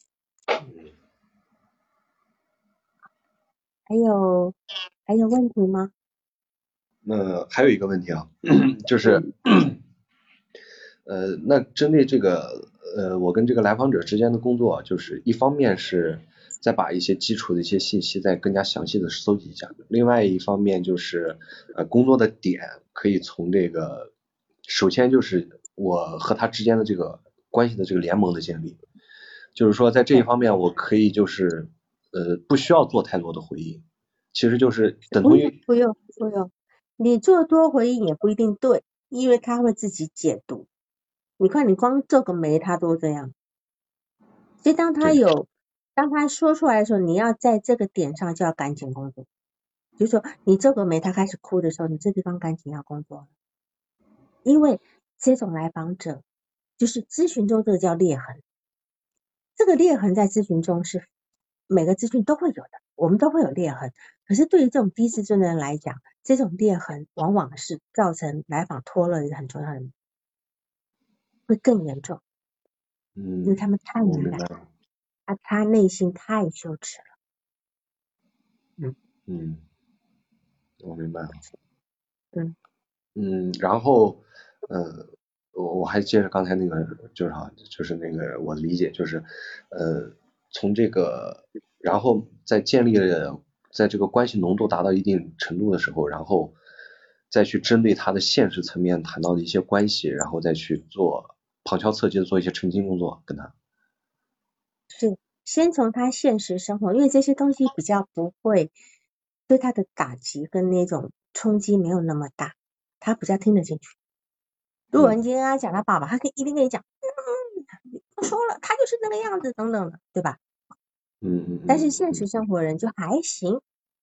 A: 还有还有问题吗？
B: 那还有一个问题啊，就是，呃，那针对这个，呃，我跟这个来访者之间的工作，就是一方面是再把一些基础的一些信息再更加详细的搜集一下，另外一方面就是，呃，工作的点可以从这个，首先就是我和他之间的这个关系的这个联盟的建立，就是说在这一方面我可以就是，呃，不需要做太多的回应，其实就是等同于
A: 不用不用，你做多回应也不一定对，因为他会自己解读。你看你光皱个眉他都这样，所以当他有当他说出来的时候，你要在这个点上就要赶紧工作。就是说你皱个眉他开始哭的时候，你这地方赶紧要工作了，因为这种来访者就是咨询中这个叫裂痕，这个裂痕在咨询中是每个咨询都会有的，我们都会有裂痕。可是对于这种低自尊的人来讲，这种裂痕往往是造成来访脱落的一个很重要的，会更严重，
B: 嗯，
A: 因为他们太敏感，他他内心太羞耻了。嗯
B: 嗯，我明白了。
A: 嗯
B: 嗯，然后呃，我我还接着刚才那个，就是哈，就是那个我的理解就是，呃，从这个，然后在建立了在这个关系浓度达到一定程度的时候，然后再去针对他的现实层面谈到的一些关系，然后再去做旁敲侧击的做一些澄清工作，跟他。
A: 是先从他现实生活，因为这些东西比较不会对他的打击跟那种冲击没有那么大，他比较听得进去。如果你今天跟他讲他爸爸，他可以一定跟你讲，嗯，不说了，他就是那个样子等等的，对吧？
B: 嗯嗯。
A: 但是现实生活人就还行，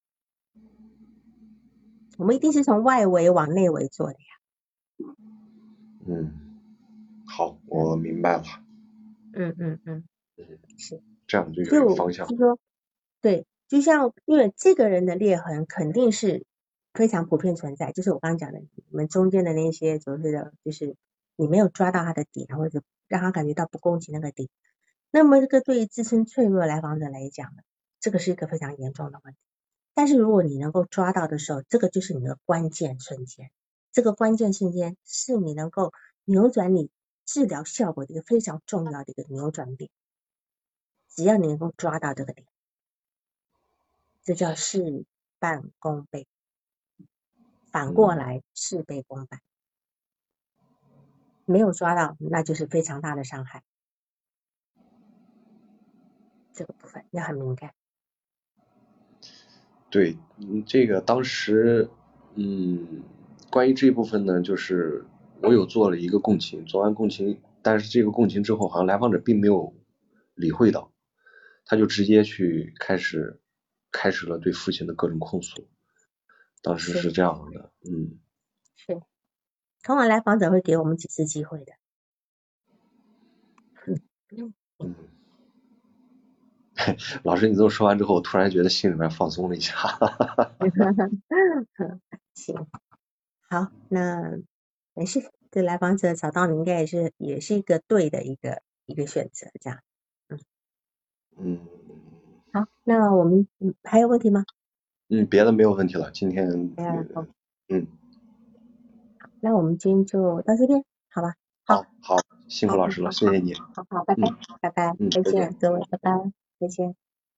A: 我们一定是从外围往内围做的呀。
B: 嗯，好，我明白了。
A: 嗯嗯嗯，是，
B: 这样就有一个方向。
A: 就说对，就像因为这个人的裂痕肯定是非常普遍存在，就是我刚刚讲的，你们中间的那些所谓的，就是你没有抓到他的点，或者让他感觉到不公平那个点。那么这个对于自身脆弱来访者来讲呢，这个是一个非常严重的问题。但是如果你能够抓到的时候，这个就是你的关键瞬间。这个关键瞬间是你能够扭转你治疗效果的一个非常重要的一个扭转点。只要你能够抓到这个点，这叫事半功倍。反过来事倍功半。没有抓到，那就是非常大的伤害。这个部分要很敏感。
B: 对，嗯，这个当时，嗯，关于这一部分呢，就是我有做了一个共情，做完共情，但是这个共情之后，好像来访者并没有理会到，他就直接去开始开始了对父亲的各种控诉，当时是这样的，嗯，
A: 是，通常来访者会给我们几次机会的。
B: 嗯，嗯，老师你这么说完之后，我突然觉得心里面放松了一下。
A: 行，好，那没事，这来访者找到你应该也是也是一个对的一个一个选择，这样。嗯
B: 嗯，
A: 好，那我们嗯还有问题吗？
B: 嗯，别的没有问题了，今天，
A: 嗯，好，
B: 嗯，
A: 那我们今天就到这边，好吧？
B: 好，好，辛苦老师了，谢谢你。
A: 好好，拜拜，拜拜，再见，各位，拜拜，再见。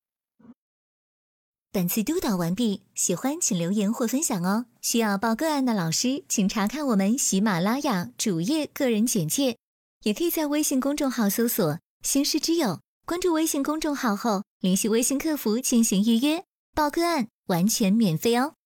C: 本次督导完毕，喜欢请留言或分享哦。需要报个案的老师，请查看我们喜马拉雅主页个人简介，也可以在微信公众号搜索“星师之友”，关注微信公众号后，联系微信客服进行预约，报个案完全免费哦。